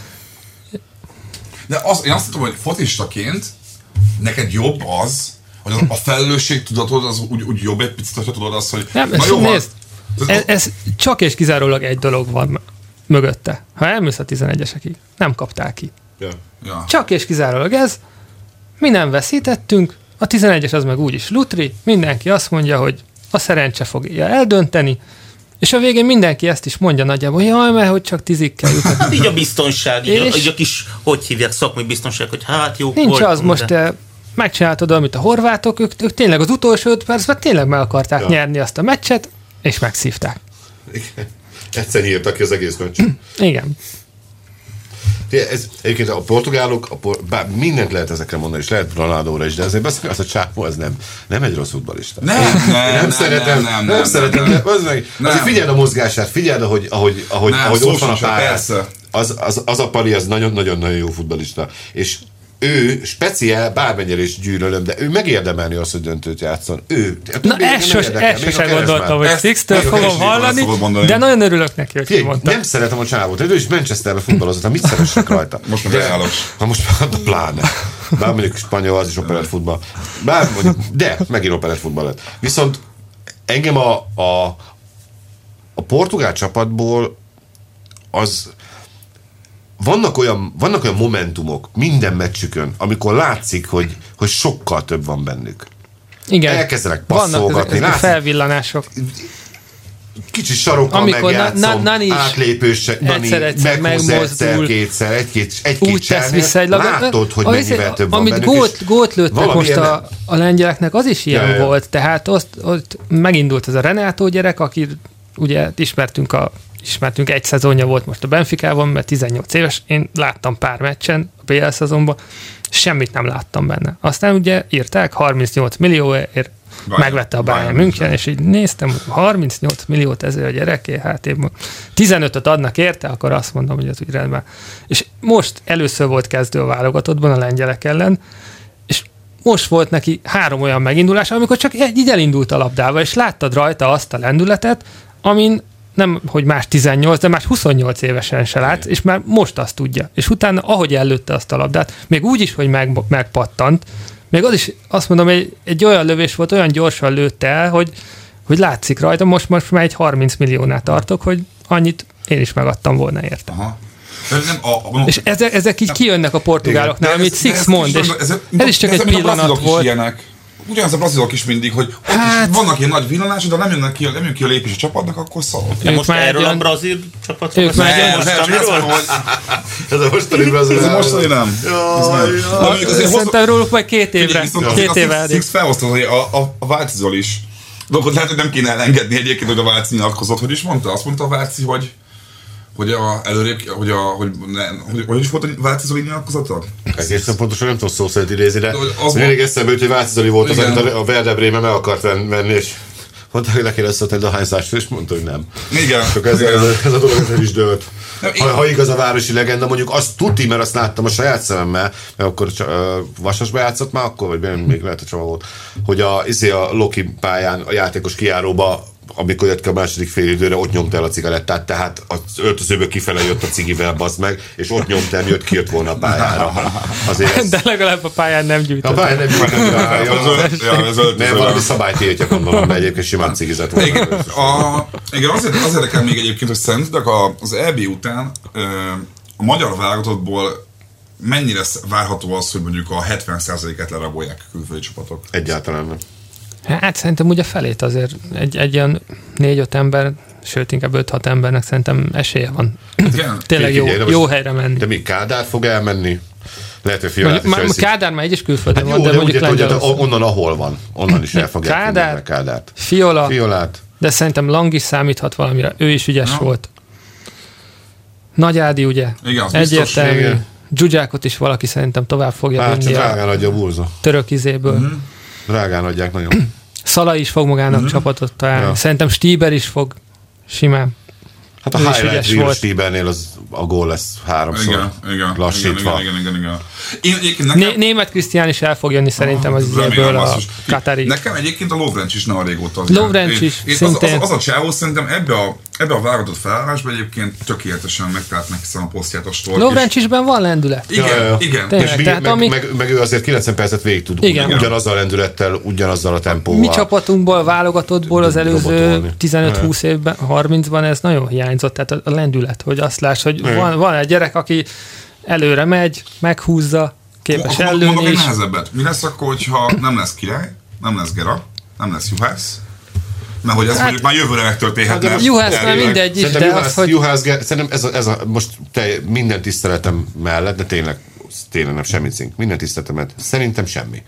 De az, én azt mondom, hogy fotistaként neked jobb az, hogy a felelősségtudatod az úgy, úgy jobb egy picit, hogyha tudod azt, hogy nem, na jó, nézd, ez, ez csak és kizárólag egy dolog van mögötte. Ha elmész a tizenegyesekig, nem kaptál ki. Ja. Ja. Csak és kizárólag ez, mi nem veszítettünk, a tizenegyes az meg úgyis lutri, mindenki azt mondja, hogy a szerencse fogja eldönteni, és a végén mindenki ezt is mondja nagyjából, hogy jaj, mert hogy csak tízikkel jutott. Hát így a biztonság, így, a, így a kis, hogy hívják, szakmai biztonság, hogy hát jó. Nincs az, most te megcsináltad, amit a horvátok, ők, ők tényleg az utolsó öt percben tényleg meg akarták ja. nyerni azt a meccset, és megszívták. Igen. Egyszer írtak ki az egész meccs. Igen. Ez, egyébként a portugálok, a por, bár mindent lehet ezekre mondani, és lehet Ronaldóra is, de azért beszélni, az a csávó, az nem, nem egy rossz futballista. Nem, nem, nem, nem, szeretem, nem, nem, nem, nem szeretem, nem, nem, de az meg, nem. Azért figyeld a mozgását, figyeld, ahogy, ahogy, ahogy, nem, ahogy ott van a pályán. Az, az, az a pali, az nagyon-nagyon jó futballista. És ő speciál, bármennyire is gyűlölöm, de ő megérdemelni azt, hogy döntőt játszon. Ő. Na ezt sose gondoltam, hogy Sixtől fogom hallani, de nagyon örülök neki, hogy kimondta. Nem szeretem a csávót, ő is Manchesterbe futballozott, mit szeressek rajta? Most már beállok. Ha most már pláne. Bár mondjuk spanyol, az is operett futball. Bár mondjuk, de megint operett futball lett. Viszont engem a, a, a portugál csapatból az Vannak olyan, vannak olyan momentumok minden meccsükön, amikor látszik, hogy, hogy sokkal több van bennük. Igen. Elkezdenek passzolgatni. Vannak felvillanások. Kicsit sarokkal amikor megjátszom, na, na, na átlépősek, egyszer-egyszer megmozdul, kétszer, egy-két, egy-két úgy tesz vissza egy labdát. Látod, hogy mennyivel több van amit bennük. Amit gólt lőttek most a, a lengyeleknek, az is ilyen ja, volt. Tehát ott, ott megindult ez a Renato gyerek, aki ugye ismertünk a ismertünk, egy szezonja volt most a Benficában, mert tizennyolc éves, én láttam pár meccsen a bé el szezonban, semmit nem láttam benne. Aztán ugye írták, harmincnyolc millióért megvette a Bayern München, és így néztem, hogy harmincnyolc milliót ezért a gyereké, hát én tizenötöt adnak érte, akkor azt mondom, hogy ez úgy rendben. És most először volt kezdő a válogatottban a lengyelek ellen, és most volt neki három olyan megindulás, amikor csak így elindult a labdával, és láttad rajta azt a lendületet, amin nem, hogy más tizennyolc, de más huszonnyolc évesen se lát, és már most azt tudja. És utána, ahogy ellőtte azt a labdát, még úgy is, hogy meg, megpattant, még az is, azt mondom, egy, egy olyan lövés volt, olyan gyorsan lőtte el, hogy, hogy látszik rajta, most, most már egy harminc milliónál tartok, hogy annyit én is megadtam volna érte. Aha. Nem, a, a, és ezek, ezek így nem, kijönnek a portugáloknál, amit ez, Six ez mond, és ez, ez, ez is csak ez egy pillanat volt. Ilyenek. Ugyanaz a brazilok is mindig, hogy ott hát, is vannak ilyen nagy villanások, de nem jönnek ki, nem jön ki a lépés a csapatnak, akkor szalok. De most erről a brazil csapatról? Ők már jön Ez a mostani brazil. Ez a mostani nem. Szerintem róluk majd két évre. Két évre. Six felhozta, hogy a Válcizol is. Dolgot lehet, hogy nem kéne elengedni egyébként, hogy a Válci nyilatkozott, hogy is mondta? Azt mondta a Válci, hogy hogy a, előrébb, hogy a, hogy, ne, hogy, hogy is volt a Válcizoli nyilatkozatod? Egészen pontosan nem tudom szó szerint idézni, de az mindig eszembe jut, hogy Válcizoli volt az, igen. amit a Werder Bremen meg akart venni, és mondta, hogy le kéne szólni egy dohányzást, és mondta, hogy nem. Igen. Csak ez, igen. ez, ez a dolog ez is dőlt. Nem, Ha, ha igaz a városi legenda, mondjuk azt tuti, mert azt láttam a saját szememmel, mert akkor uh, Vasasba játszott már akkor, vagy még, még lehet a Csaba volt, hogy a, izé a Loki pályán, a játékos kijáróba, amikor jött ki a második fél időre, ott nyomta el a cigarettát, tehát az öltözőből kifele jött a cigivel, bazd meg, és ott nyomta el, jött, ki jött volna a pályára. Azért ez... De legalább a pályán nem gyűjtött. A pályán nem gyűjtött. Ja, nem, valami szabályt tiltja, gondolom, mert egyébként simán cigizett volna. Igen, a, igen azért, azért érdekel még egyébként, hogy szerintetek az é bé után a magyar válogatottból mennyire várható az, hogy mondjuk a hetven százalékát lerabolják a külföldi csapatok? Egyáltalán nem. Hát szerintem ugye felét azért egy, egy ilyen négy-öt ember, sőt inkább öt-hat embernek szerintem esélye van. Igen. Tényleg jó, Figyelj, jó most, helyre menni. De mi, Kádár fog elmenni? Lehet, hogy Fiolát is Mondjuk, Kádár már egy is külföldön hát van, jó, de, de mondjuk ugye, ugye, Lengyelország. onnan, ahol van. Onnan is el fogják Kádár, vinni Kádárt. Fiola, Fiolát. de szerintem Lang is számíthat valamire. Ő is ügyes no. volt. Nagy Ádi ugye? Igen, az biztos, egyértelmű. igen. Zsuzsákot is valaki szerintem tovább fogja Hát, vinni csak a drágán adja a burza. török izéből. Mhm. Drágán adják nagyon. Szala is fog magának Mhm. csapatot találni. Ja. Szerintem Stieber is fog simán. Hát a Ő is highlight ügyes reel volt. Stiebernél az a gól lesz háromszor Igen, igen, lassítva. igen, igen, igen, igen. Én egyébként nekem... Né- Német Krisztián is el fog jönni szerintem az Remélem, izéből a basszus. Katari. Nekem egyébként a Lovrenc is nem a régóta. Az Lovrenc én- is, én az, szintén. az, az, a csávó szerintem ebbe a, ebbe a válogatott felállásban egyébként tökéletesen megtalált meg hiszen a posztját a Stork. Lovrencsisben van lendület. Igen, Ja, ja, ja. igen. Tényleg. És mi, Tehát meg, ami- meg, meg, ő azért kilencven percet végig tud Igen. ugyan, ugyanazzal a lendülettel, ugyanazzal a tempóval. Mi csapatunkból, válogatottból az előző Robotolni. tizenöt-húsz évben, harmincban ez nagyon hiányzott, tehát a lendület, hogy azt láss, hogy van, van egy gyerek, aki előre megy, meghúzza, képes Akkor ellőni mondok egy is. nehezebbet. Mi lesz akkor, hogyha nem lesz király, nem lesz Gera, nem lesz Juhász? Mert hogy ez Hát- mondjuk már jövőre megtörténhetne. Hát de Juhász már Elvileg. mindegy is, Szerintem de Juhász, az, hogy Juhász, szerintem ez a, ez a, most te, minden tiszteletem mellett, de tényleg, tényleg nem semmit szink, minden tiszteletemet, szerintem semmi.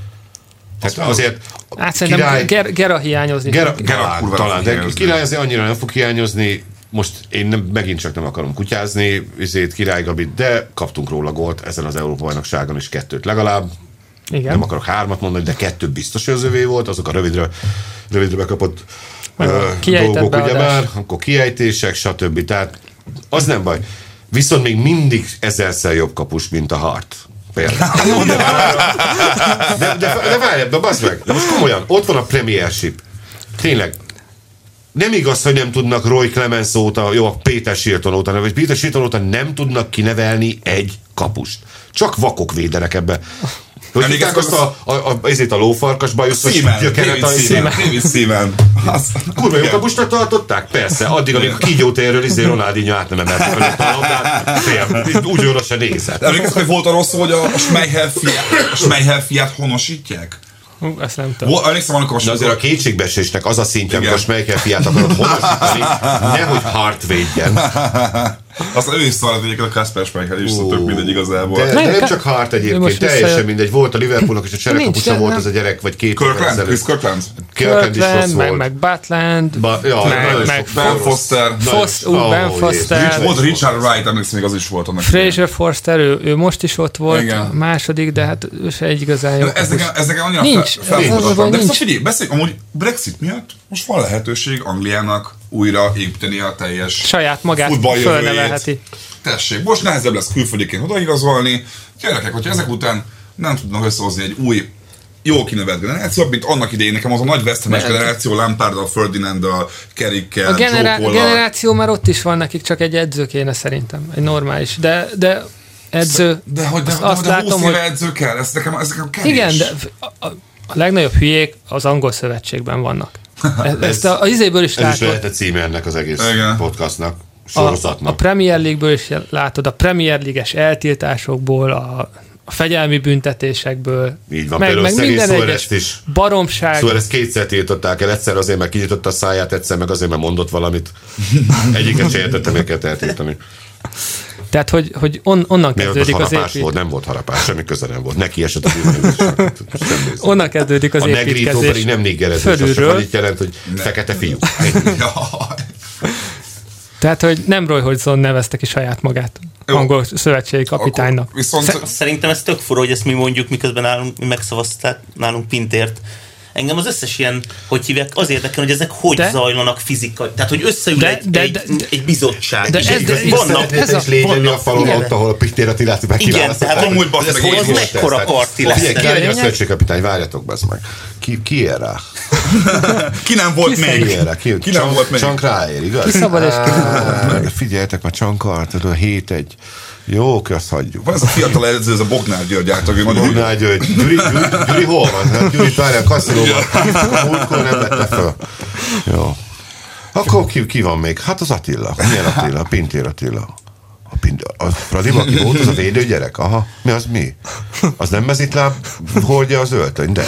Tehát azért hát szerintem király, Ger- Gera hiányozni Gera, fog. Gera talán, kurvára talán, fog de hiányozni. király azért annyira nem fog hiányozni, most én nem, megint csak nem akarom kutyázni, ezért Király Gabit, de kaptunk róla gólt ezen az Európa-bajnokságon is kettőt legalább. Igen. Nem akarok hármat mondani, de kettő biztos, hogy az övé volt, azok a rövidre, rövidre bekapott Meg a ö, kiejtett dolgok, beadás. ugyebár, akkor kiejtések, stb. Tehát az nem baj. Viszont még mindig ezerszer jobb kapus, mint a Hart. Például. De, de, de, de várj, de bazd meg, de most komolyan, ott van a Premiership. Tényleg, nem igaz, hogy nem tudnak Roy Clemens óta, jó, a Péter Shilton óta, vagy Péter Shilton óta nem tudnak kinevelni egy kapust. Csak vakok védenek ebbe. Hogy hívták azt a, a, a, ezért a lófarkas bajuszos Szímen, gyökeret David a Szímen, David Szímen. kurva jó kapusnak tartották? Persze, addig, amíg a kígyótérről izé Ronaldinho át nem emelt fölött a labdát, fél, úgy oda se nézett. De emlékeztek, hogy volt arról szó, hogy a, a Schmeichel fiát, a Schmeichel fiát honosítják? Hú, ezt nem tudom. Vol, emlékszem, amikor De azért a kétségbeesésnek az a szintje, Igen. amikor Schmeichel fiát akarod honosítani, nehogy Hart védjen. Aztán ő is szaladt egyébként a Kasper Schmeichel is, szóval tök mindegy igazából. De, de Ne, nem Ka- csak Hart ő egyébként, most teljesen visszajött. mindegy. Volt a Liverpoolnak és a cserekapusa Nincs, volt nem. az a gyerek, vagy két évvel Kirkland, ezelőtt. Chris Kirkland. Kirkland is rossz Kirkland, meg, volt. meg Butland, Ba, ja, meg, nagyon meg sok- Ben Foster. Foster, Nagyon- ú, Ben Ó, Foster, Jézus. Volt Richard Wright, emlékszem, még az is volt annak. Fraser Forster, ő, ő most is ott volt, Igen. a második, de hát ő se egy igazán jó. De Ez nekem, ez nekem annyira Nincs, fel- ez az a felfogadatlan. baj, De nincs. viszont figyelj, beszélj, amúgy Brexit miatt most van lehetőség Angliának újra építeni a teljes Saját magát futballjövőjét. fölnevelheti. Tessék, most nehezebb lesz külföldiként odaigazolni. Gyerekek, hogyha ezek után nem tudnak összehozni egy új, jól kinevelt generáció, mint annak idején nekem az a nagy vesztemes Mert- generáció, Lamparddal, Ferdinanddal, Carrickkel, A generá- Joe Paul-al. generáció már ott is van, nekik csak egy edző kéne szerintem, egy normális, de, de edző, De hogy de, azt, de, azt de, de látom, húsz hogy éve edző kell, ez nekem, ez nekem kevés. igen, de a, a, a legnagyobb hülyék az angol szövetségben vannak. E- Ezt a, az izéből is Ez is látod. lehetett címe ennek az egész Igen. podcastnak, A, sorozatnak. a Premier League-ből is látod, a Premier League-es eltiltásokból, a, a fegyelmi büntetésekből, Így van, meg, például meg szegény minden egyes Suárez-t is. baromság. Szóval ezt kétszer tiltották el, egyszer azért, mert kinyitotta a száját, egyszer meg azért, mert mondott valamit. Egyiket se értettem, meg kell eltiltani. Tehát, hogy, hogy on, onnan Miért az kezdődik az harapás épít... volt? Nem volt harapás, semmi köze nem volt. Neki esett az irányítás. Onnan kezdődik az A negrító építkezés. pedig nem niggerezés, az csak fölülről. annyit jelent, hogy fekete fiú. Jaj. Tehát, hogy nem Roy Hodgson nevezte ki saját magát Jó. angol szövetségi kapitánynak. Akkor viszont... Szerintem ez tök fura, hogy ezt mi mondjuk, miközben nálunk, mi megszavazták nálunk Pintért. Engem az összes ilyen, hogy hívják, az érdekel, hogy ezek hogy de, zajlanak fizikai. Tehát, hogy összeül de, egy, de, egy, de, egy bizottság. De és ez, de, vannak, ez a lényegű a falon igen. ott, ahol a Pintér Attilát Igen, tehát amúgy basz ez meg, hogy az hogy mekkora parti lesz. Figyelj, ki legyen a szövetségkapitány, várjatok, bazd meg. Ki, ki ér rá? Ki nem volt Ki még? Ki ér rá? Ki, Ki nem volt még? Csank ráér, igaz? Ki szabad és ki Á, figyeljetek, már Csankar, tudod, a hét egy. Jó, oké, azt hagyjuk. Van ez a fiatal edző, ez a Bognár György által, hogy nagyon Bognár György. Gyuri, Gyuri, Gyuri hol van? Hát Gyuri várjál, a kaszinóban. A múltkor nem vette föl. Jó. Akkor ki, ki van még? Hát az Attila. Milyen Attila? A Pintér Attila. A Pintér. A Fradiba, aki volt, az a védő gyerek? Aha. Mi az mi? Az nem mezitláb hordja az öltöny, de.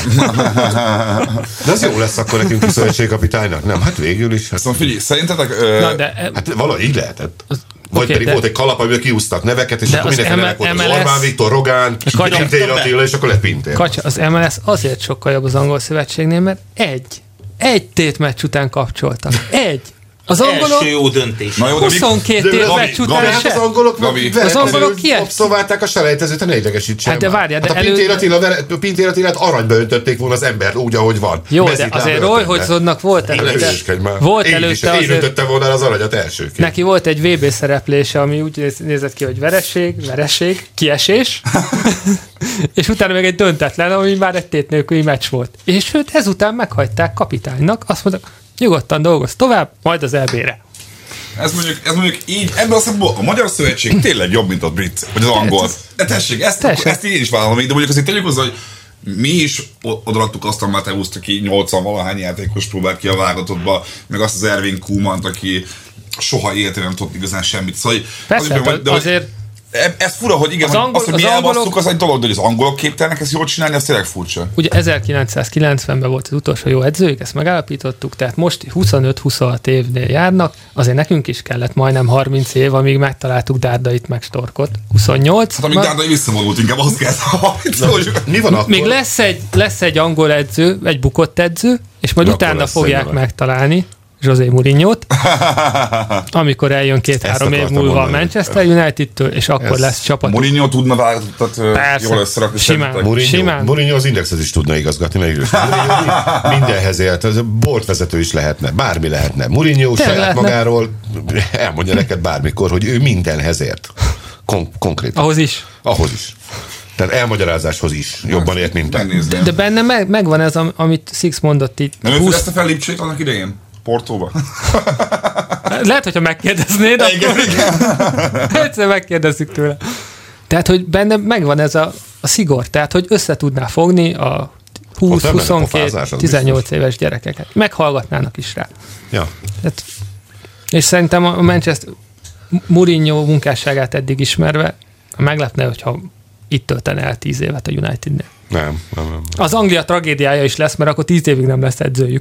De az jó lesz akkor nekünk a szövetségkapitánynak. Nem, hát végül is. Hát, Szóval figyelj, szerintetek... Ö... Na, de, hát valahogy így lehetett. Az, Vagy okay, pedig de, volt egy kalap, amiből kiúztak neveket, és de akkor az mindenki M- nevek volt. Az em el es Orbán Viktor, Rogán, Kacsa- Pintér Attila, és akkor lett Pintér. Kacsa, az em el es azért sokkal jobb az angol szövetségnél, mert egy, egy tétmeccs után kapcsoltak. Egy. Az angolok Első jó döntés. Na jó, de mi- huszonkét tétmeccs után Gabi, hát az se. angolok Gabi. Az angolok kies- abszolválták a selejtezőt a négylegesítsen. Hát de várjál, de hát a elő- Pintér Attila, a Pintér Attilát aranyba öntötték volna az ember úgy, ahogy van. Jó, de Mezitláb azért öltönybe. Roy Hodgsonnak volt Ne előtte. hülyéskedj már. Volt Én is, előtte én azért. öntöttem volna az aranyat elsőként. Neki volt egy vé bé szereplése, ami úgy néz- nézett ki, hogy vereség, vereség, kiesés, és utána meg egy döntetlen, ami már egy tét nélküli meccs volt. És sőt, ezután meghagyták kapitánynak, azt mondták, nyugodtan dolgozz tovább, majd az é bé-re. Ez mondjuk, ez mondjuk így, ebből a szempontból a Magyar Szövetség tényleg jobb, mint a brit, vagy az angol. De tessék, ezt, Tessék. ezt én is vállalom, de mondjuk azért tegyük hozzá, hogy mi is odaadtuk azt a Mateusz, aki nyolcvan valahány játékos próbált ki a válogatottba, meg azt az Ervin Koemant, aki soha életében nem tudott igazán semmit. Szóval, Persze, azért, hát de, hogy azért- ez fura, hogy igen, Az hogy angol- azt, hogy mi az angolok- elbasszuk, az egy dolog, de hogy az angolok képtelenek ezt jól csinálni, az tényleg furcsa. Ugye ezerkilencszázkilencvenben volt az utolsó jó edzőjük, ezt megállapítottuk, tehát most huszonöt-huszonhat évnél járnak, azért nekünk is kellett majdnem harminc év, amíg megtaláltuk Dárdait meg Storkot. huszonnyolc. Hát amíg Ma- Dárdai visszavonult, inkább azt kell. Mi van akkor? Még lesz egy, lesz egy angol edző, egy bukott edző, és majd Ja, akkor utána lesz fogják egy megtalálni José Mourinho-t, amikor eljön két-három év akartam múlva a mondani. Manchester United-től, és akkor Ez- lesz csapat. Mourinho tudna változtat Persze. jól összerakni. Simán. szerintetek? Mourinho, Simán. Mourinho az Indexet is tudna igazgatni, mert ügyes. Mourinho mindenhez élt, az bortvezető is lehetne, bármi lehetne. Mourinho Tényleg saját lehetne. magáról elmondja neked bármikor, hogy ő mindenhez ért. Kon- konkrétan. Ahhoz is. Ahhoz is. Tehát elmagyarázáshoz is. Jobban ért, mint te. Megnézném. De benne meg, megvan ez, am- amit Six mondott itt. Nem ő húsz fedezte fel Lipcsét annak idején? Portóba? Lehet, hogyha megkérdeznéd, akkor egyszer megkérdezzük tőle. Tehát, hogy benne megvan ez a, a szigor, tehát, hogy össze tudná fogni a Ott nem lenne pofázás, húsz-huszonkettő az tizennyolc biztos. éves gyerekeket. Meghallgatnának is rá. Ja. Tehát, és szerintem a Manchester Mourinho munkásságát eddig ismerve meglepne, hogyha itt töltene el tíz évet a Unitednél. Nem, nem, nem. Az Anglia tragédiája is lesz, mert akkor tíz évig nem lesz edzőjük.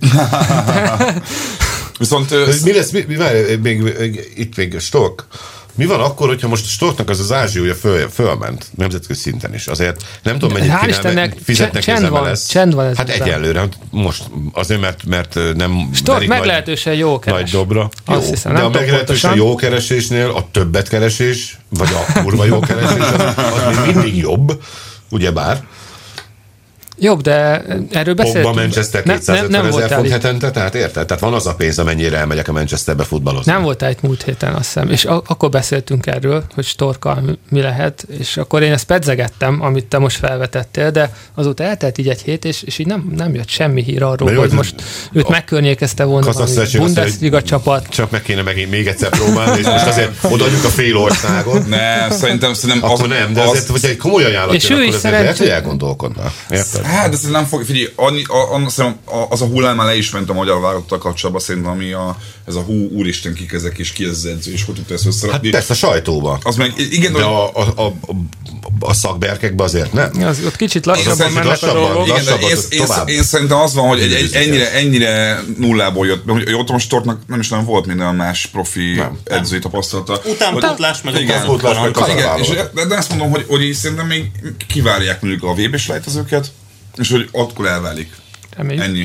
Viszont ö, Mi lesz, mi, mi, várj, még, még, itt még Stork. Mi van akkor, hogyha most Storknak az az ázsiója föl, fölment nemzetközi szinten is? Azért nem tudom, mennyit Hál' kínál, Istennek meg fizetnek csend ezzel van, lesz. csend van ez Hát ebben. egyelőre, most azért, mert, mert nem Stork elég nagy, meglehetősen jó keres. nagy dobra. Azt Jó, hiszem, de nem a tudom meglehetősen pontosan. jó keresésnél a többet keresés, vagy a kurva jó keresés, az, az még mindig jobb, ugyebár. Jobb, de erről Pogba beszéltünk. Manchester Ne- kétszázötven nem ezer voltál font itt. hetente, tehát érted? Tehát van az a pénz, amennyire elmegyek a Manchesterbe futballozni. Nem voltál itt múlt héten, azt hiszem. És a- akkor beszéltünk erről, hogy Storkkal mi- mi lehet, és akkor én ezt pedzegettem, amit te most felvetettél, de azóta eltelt így egy hét, és, és így nem, nem jött semmi hír arról, jó, hogy ez- most őt a- megkörnyékezte volna valami Kazahszövetség azt mondja, Bundesliga hogy csapat. Csak meg kéne megint még egyszer próbálni, és most azért odaadjuk a fél országot. nem, szerintem, szerintem Akkor nem, de azért, hogyha egy komoly ajánlat És jön, ő akkor is azért lehet, szerencsé- hogy elgondolkodna. Érted? Hát, de szerintem nem fog, figyelj, annyi, a, a, szerintem a- az a hullám már le is ment a magyar válogatottal kapcsolatban, szerintem, ami a, ez a hú, úristen, kik ezek, és ki ez az edző, és hogy tudta ezt Hát összerakni. persze a sajtóba. Az meg, igen, De hogy- a, a, a, a szakberkekbe azért nem. Az, ott kicsit lassabban szerintem mennek a lassabban, dolgok. igen, de lassabban, én, én, tovább. én, szerintem az van, hogy egy, egy, Nézzük ennyire, ezt. ennyire nullából jött, hogy ott most Storknak nem is nem volt minden más profi Nem. edzői tapasztalata. Utánpótlás meg Igen. utánpótlás meg Utánpótlás meg Igen, és, válogatott. de, de azt mondom, hogy, hogy szerintem még kivárják mondjuk a vé bé-s lejtezőket, és hogy akkor elválik. Reméljük. Ennyi.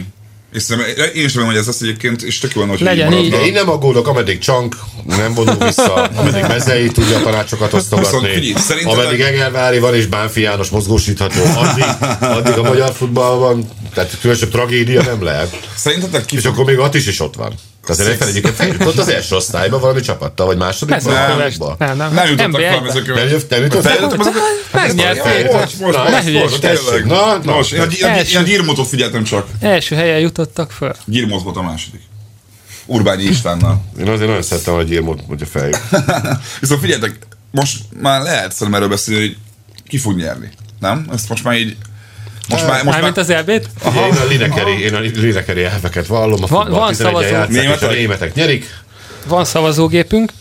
És szerintem, én is remélem, hogy ez lesz egyébként, és tök jó van, hogy legyen így. Én nem aggódok, ameddig Csank nem vonul vissza, ameddig Mezei tudja a tanácsokat osztogatni, ameddig Egervári van és Bánfi János mozgósítható, addig, addig a magyar futballban, tehát különösebb tragédia nem lehet. Szerintetek ki? És akkor még Attis is ott van. Tehát ne felejtjük, hogy feljutott az első osztályba valami csapattal, vagy másodikban? Nem, nem, nem. Nem jutottak fel mezőkövesd. Nem, nem jutottak? Megnyerték. Most, most, most, tényleg. Na, na. Most, én a Gyirmotot figyeltem csak. Első helyen jutottak föl. Gyirmot volt a második. Urbányi Istvánnal. Én azért nagyon szerettem, hogy Gyirmot mondja feljük. Viszont figyeljetek, most már lehet szerintem erről beszélni, hogy ki fog nyerni. Nem? Ezt most már így... Most már, most Mármint az elbét? Én a Linekeri, én a Linekeri elveket vallom, a futball tizenegy játszák, és a németek nyerik. Van szavazógépünk,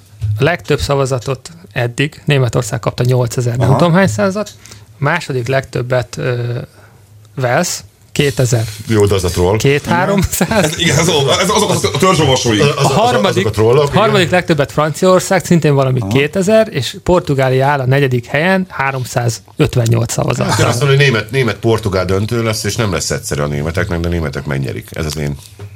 a legtöbb szavazatot eddig Németország kapta nyolcezer, nem tudom hány százat, a második legtöbbet uh, Wales, kétezer. Jó, de az a troll. Két-háromszáz. Igen, ez, ez azok az a törzsolvasói. A harmadik, a trollok, harmadik legtöbbet Franciaország, szintén valami aha. kétezer, és Portugália áll a negyedik helyen, háromszázötvennyolc szavazat. Hát, azt mondom, hogy német, német-portugál döntő lesz, és nem lesz egyszerű a németeknek, de a németek megnyerik. Ez az én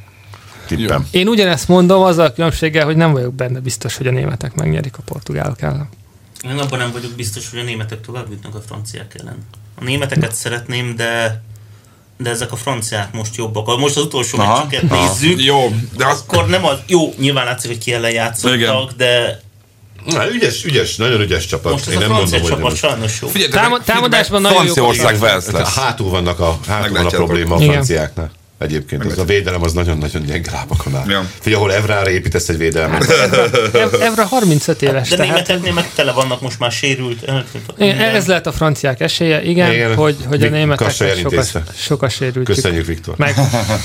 tippem. Én ugyanezt mondom, azzal a különbséggel, hogy nem vagyok benne biztos, hogy a németek megnyerik a portugálok ellen. Én abban nem vagyok biztos, hogy a németek tovább jutnak a franciák ellen. A németeket szeretném, de de ezek a franciák most jobbak. Most az utolsó meccsüket nézzük, jó, de az... akkor nem az... Jó, nyilván látszik, hogy ki ellen játszottak, igen. de... Na, ügyes, ügyes, nagyon ügyes csapat. Most ez Én a francia nem mondom, csapat sajnos jó. Figyelj, Táma- támadásban nagyon jó. Franciaország Wales lesz. Hátul vannak a, hátul van a probléma a franciáknál. Egyébként az a védelem az nagyon-nagyon gyenge lábakon áll. Ja. Figyelj, ahol Evrára építesz egy védelmet. Hát, Evra harmincöt éves. De németeknél meg tele vannak most már sérült. Igen, ez lehet a franciák esélye, igen, igen hogy, hogy a németek sokat soka sérültjük. Köszönjük, Viktor. Meg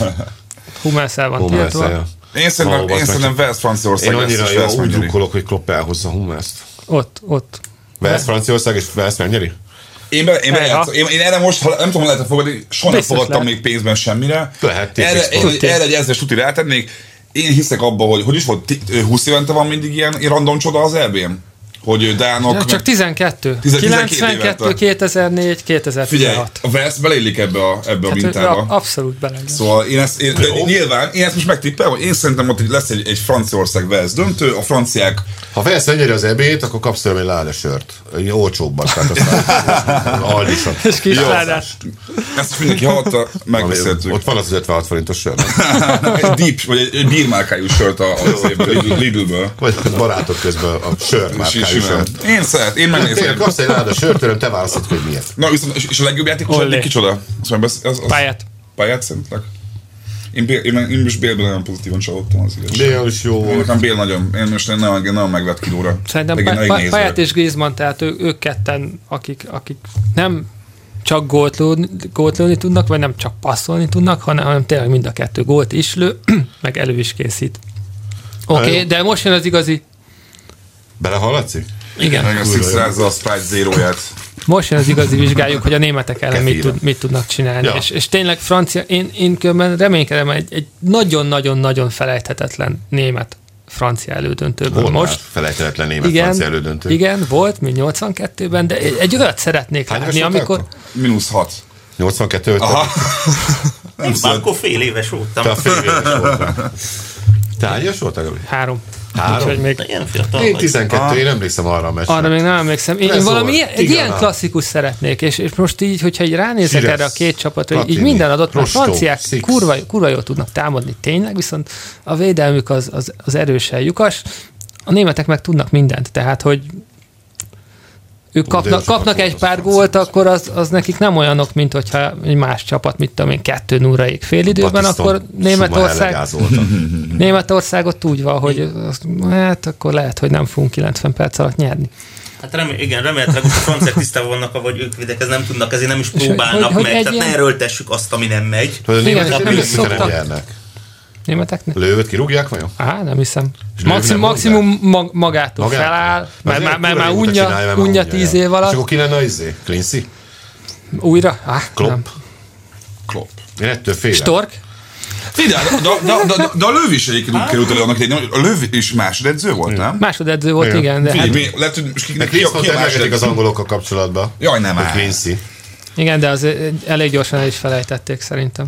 Hummelszel van tiltva. Én szerintem, én szerintem Wales Franciaország lesz. Én annyira jó, úgy drukkolok, hogy Klopp elhozza Hummelszt. Ott, ott. Wales Franciaország és Wales megnyeri? Én, be, én, be, én, én erre most, ha, nem tudom, lehet fogadni, soha nem fogadtam még pénzben semmire. Lehet, erre, én, erre egy ezres tuti rátennék. Én hiszek abba, hogy hogy is volt, húsz évente van mindig ilyen random csoda az é bén? Hogy Dánok... Ja, csak tizenkettő. kilencvenkettő, kétezer-négy, kétezer-tizenhat. Figyelj, a Wales beleillik ebbe a, ebbe hát a mintába. Abszolút beleillik. Szóval én ezt, én, nyilván, én ezt most megtippelem, hogy én szerintem ott lesz egy, egy Franciaország-Wales döntő, a franciák... Ha Wales megnyeri az é bét, akkor kapsz tőlem egy láda sört. Egy olcsóbban, tehát aztán aldisat. És kis ládást. Ezt is mindenki hallotta, megbeszéltük. Ott van az ötvenhat forintos sör. Egy deep, vagy egy, egy bírmárkájú sört az Lidlből. Vagy barátok közben a sör márkájú. Én szeret, én megnézem. Tényleg kapsz egy láda sört, tőlem te választod, hogy miért. Na, viszont, és a legjobb játékos eddig kicsoda? Pályát. Pályát szerintlek? Én, Bél, én, én most Bélben nagyon pozitívan csalódtam az igazság. Bél is jó volt. Nekem Bél nagyon, én most nagyon, nagyon megvett kilóra. Szerintem Pályát és Griezmann, tehát ő, ők ketten, akik, akik nem csak gólt lőni, gólt lőni tudnak, vagy nem csak passzolni tudnak, hanem, hanem tényleg mind a kettő gólt is lő, meg elő is készít. Oké, okay, de most jön az igazi. Belehallatszik? Igen. Nagyon szikszrázza a Sprite Zero-ját. Most jön az igazi vizsgáljuk, hogy a németek ellen mit, tud, mit tudnak csinálni. Ja. És, és tényleg francia, én, én különben reménykedem egy, egy nagyon-nagyon-nagyon felejthetetlen német francia elődöntőben. Hol most felejthetetlen német igen, francia elődöntő? Igen, volt, mint nyolcvankettőben, de egy, egy olyat szeretnék Hány látni, amikor... Minusz hat. nyolcvankettő Aha. Nem, már akkor fél éves voltam. Te fél éves voltam. Te hány éves voltál, Gabi? Három. Három? Úgy, még... Én tizenkettő, ah. én emlékszem arra a meccsre. Arra még nem emlékszem. Én, én valami ilyen, egy ilyen klasszikus szeretnék, és, és most így, hogyha így ránézek Sires, erre a két csapatra, így minden adott, mert a franciák kurva, kurva jól tudnak támadni tényleg, viszont a védelmük az, az, az erősen lyukas, a németek meg tudnak mindent, tehát, hogy ők kapnak, kapnak egy pár gólt, akkor az, az nekik nem olyanok, mint hogyha egy más csapat, mit tudom én, kettő nulla ég fél időben, akkor Németország, Németországot úgy van, hogy hát akkor lehet, hogy nem fogunk kilencven perc alatt nyerni. Hát remé- igen, remélhetőleg most a franciák tisztában vannak, vagy ők védekezni nem tudnak, ezért nem is próbálnak hogy, meg, hogy tehát ilyen... ne erőltessük azt, ami nem megy. Hogy a németek nem szoktak. Németeknek? Lővöt kirúgják vajon? Á, nem hiszem. Maxim, maximum mag, magától Magát? feláll, mert már, már, már unja, unja tíz év alatt. És akkor ki lenne az izé? Clincy? Újra? Á, Klopp. Nem. Klopp. Én ettől félek. Stork? Figyelj, de, de, de, de, de a Löw is egyébként úgy került elő annak, hogy a Löw is másodedző volt, nem? Másodedző volt, igen. igen de Figyelj, hát... lehet, hogy ki, ki, ki a második az angolokkal kapcsolatban. Jaj, nem áll. Clincy. Igen, de az elég gyorsan el is felejtették szerintem.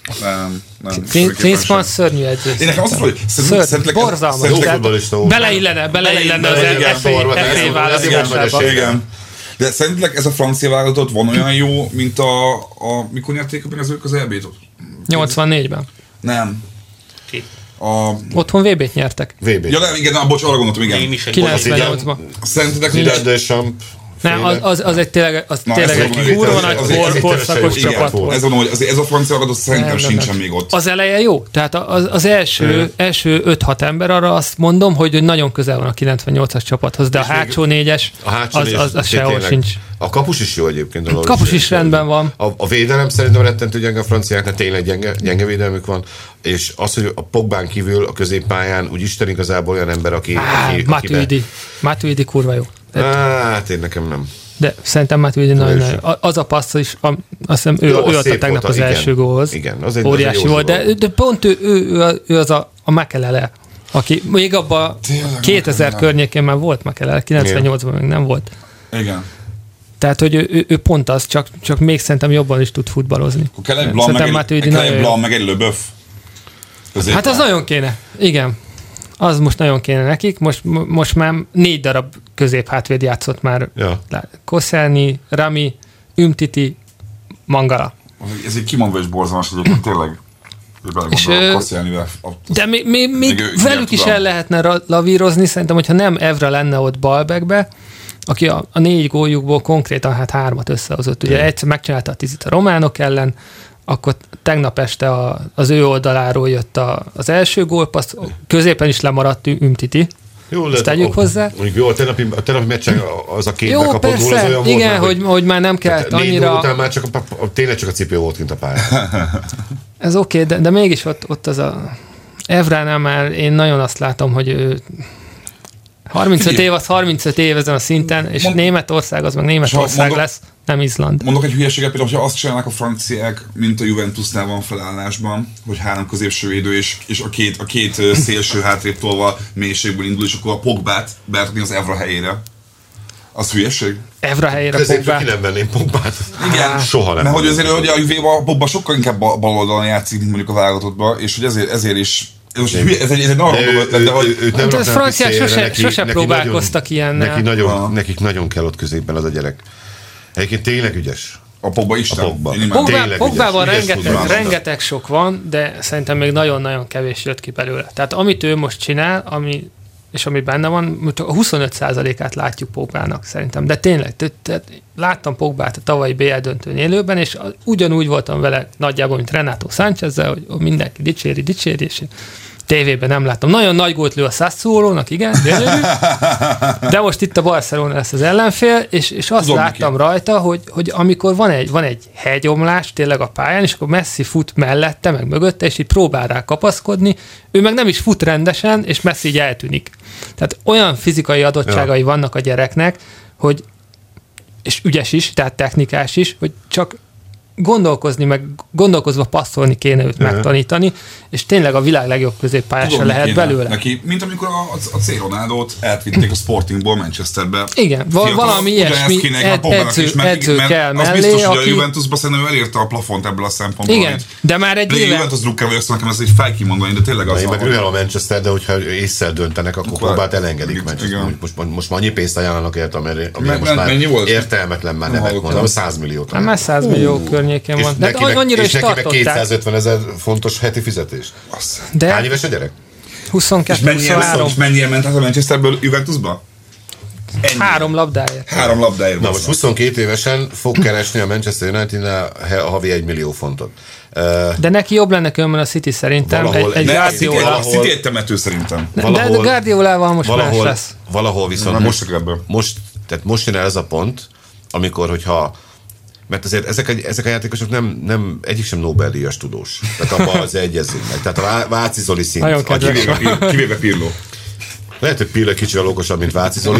Nem, nem. Klinsmann szörnyű edző. Én nekem azt mondom, hogy szörnyű, borzalmas. Beleillene, beleillene az ef á válogatásába. De szerintetek ez a francia válogatott van olyan jó, mint a, a mikor nyerték meg az ők az é bét? nyolcvannégyben. Nem. Ki? A... Otthon vé bét nyertek. vé bé. Ja nem, igen, na, bocs, arra gondoltam, igen. kilencvennyolcban. Szerintetek, hogy... Didier Deschamps. Nem, az, az, az egy tényleg, az Na, tényleg egy kurva nagy korszakos csapat volt. Ez mondom, hogy ez, ez a francia válogatott szerintem nem, sincsen nem. még ott. Az eleje jó. Tehát az, az első, első öt-hat ember, arra azt mondom, hogy nagyon közel van a kilencvennyolcas csapathoz, de a hátsó négyes, a hátsó az, négyes az, az sehol sincs. A kapus is jó egyébként. A kapus is rendben van. A, a védelem szerintem rettentő gyenge a franciáknak, tényleg gyenge, gyenge védelmük van, és az, hogy a Pogbán kívül a középpályán úgy Isten igazából olyan ember, aki... aki Matuidi. Matuidi kurva jó. Hát én nekem nem. De szerintem Matuidi nagyon, nagyon. Az a passz is, a, azt hiszem ő, Jó, ő adta tegnap az igen, első gólhoz. Igen, az egy óriási volt, de, de pont ő, ő, ő, ő az a, a Makelele, aki még abban kétezer környékén már volt Makelele, kilencvennyolcban még nem volt. Igen. Tehát, hogy ő, ő, ő pont az, csak, csak még szerintem jobban is tud futballozni. Akkor kell egy Blanc, meg egy, kell egy, Blanc, meg egy Leboeuf. Hát az nagyon kéne, igen. Az most nagyon kéne nekik. Most, most már négy darab középhátvéd játszott már. Ja. Koscielny, Rami, Umtiti, Mangala. Ez egy kimondva is borzalmas, hogy tényleg és, a Koscielnyvel. De még, még, még velük is el lehetne lavírozni, szerintem, hogyha nem Evra lenne ott Balbekbe, aki a, a négy góljukból konkrétan hát hármat összehozott. Ugye egyszer megcsinálta a tizit a románok ellen, akkor tegnap este a, az ő oldaláról jött a, az első gólpassz, középen is lemaradt Umtiti. Jó, ezt tegyük hozzá. Mondjuk jó, a tegnapi, a tegnapi meccsen az a két jó, bekapott persze, gól az olyan igen, volt, hogy, hogy, hogy már nem kellett annyira... Négy után már csak a, a, tényleg csak a cipő volt kint a pályán. Ez oké, okay, de, de mégis ott, ott az a... Evránál már én nagyon azt látom, hogy ő... harmincöt év az harmincöt év ezen a szinten, és Mond... Németország az meg Németország mondok, lesz, nem Izland. Mondok egy hülyeséget, például, hogyha azt csinálnak a franciák, mint a Juventusnál van felállásban, hogy három középső védő, és, és a két, a két szélső hátrébb tolva mélységből indul, és akkor a Pogbát berakni az Evra helyére. Az hülyeség? Evra helyére Pogbát? Ki nem venném Pogbát. Igen. Soha nem. Mert hogy azért, hogy a Juvéba a Pogba sokkal inkább bal oldalon játszik, mint mondjuk a válogatottban, és hogy ezért, ezért is Ez, ez, ez egy, egy nagyon gondolat, de hogy... Ő, ő, a franciák sose, neki, sose neki próbálkoztak nagyon, ilyennel. Neki nagyon, nekik nagyon kell ott középen az a gyerek. Egyébként tényleg ügyes. A Pogba Isten. A Pogba. Pogba, Pogbában rengeteg, rengeteg sok van, de szerintem még nagyon-nagyon kevés jött ki belőle. Tehát amit ő most csinál, ami, és ami benne van, a huszonöt százalékát látjuk Pogbának szerintem. De tényleg, tehát láttam Pogbát a tavalyi bé el döntőn élőben, és ugyanúgy voltam vele nagyjából, mint Renato Sánchezzel, hogy mindenki dicséri, dicséri, és tévében nem láttam. Nagyon nagy gólt lő a Sassuolónak, igen, gyönyörű, de most itt a Barcelona lesz az ellenfél, és, és azt Tudom láttam ki. rajta, hogy, hogy amikor van egy, van egy hegyomlás tényleg a pályán, és akkor Messi fut mellette, meg mögötte, és így próbál rá kapaszkodni, ő meg nem is fut rendesen, és Messi így eltűnik. Tehát olyan fizikai adottságai ja. vannak a gyereknek, hogy és ügyes is, tehát technikás is, hogy csak gondolkozni, meg gondolkozva passzolni kéne őt uh-huh. megtanítani, és tényleg a világ legjobb középpályása lehet kéne. belőle. Neki, mint amikor a, a C. Ronaldot elvitték a Sportingból Manchesterbe. Igen, val- valami ilyesmi ed- edző, is, mert, edző mert kell mellé. Az biztos, hogy aki... a Juventusban szerintem ő elérte a plafont ebből a szempontból. Igen, de már egy éve... Juventus drukker vagyok, szóval nekem ez egy fel kimondani, de tényleg az... Én meg ővel a Manchester, de hogyha ésszel döntenek, akkor Pogbát elengedik Manchester. Most, most már annyi pénzt ajánlanak érte, amire most már értelmetlen már nevet mondom, száz milliót. Már száz millió környékén van. Annyira és is neki meg kétszázötven ezer fontos heti fizetés. De hány éves a gyerek? huszonkettő huszonhárom. És mennyire ment át a Manchesterből Juventusba? Ennyi. Három labdáért. Három labdáért. Na most huszonkét évesen fog keresni a Manchester United-nál a havi egy millió fontot. De neki jobb lenne különben a City szerintem. Valahol, egy egy Guardiola. A City egy temető szerintem. De, de Guardiolával most valahol, más lesz. Valahol viszont most, most, tehát most jön el ez a pont, amikor, hogyha mert azért ezek a, ezek a játékosok nem, nem egyik sem Nobel-díjas tudós. Tehát abban az egyezzünk meg. Tehát a Váci Zoli szint. Nagyon kedves. Kivéve, kivéve Pirlo. Lehet, hogy Pirlo kicsivel okosabb, mint Váci Zoli.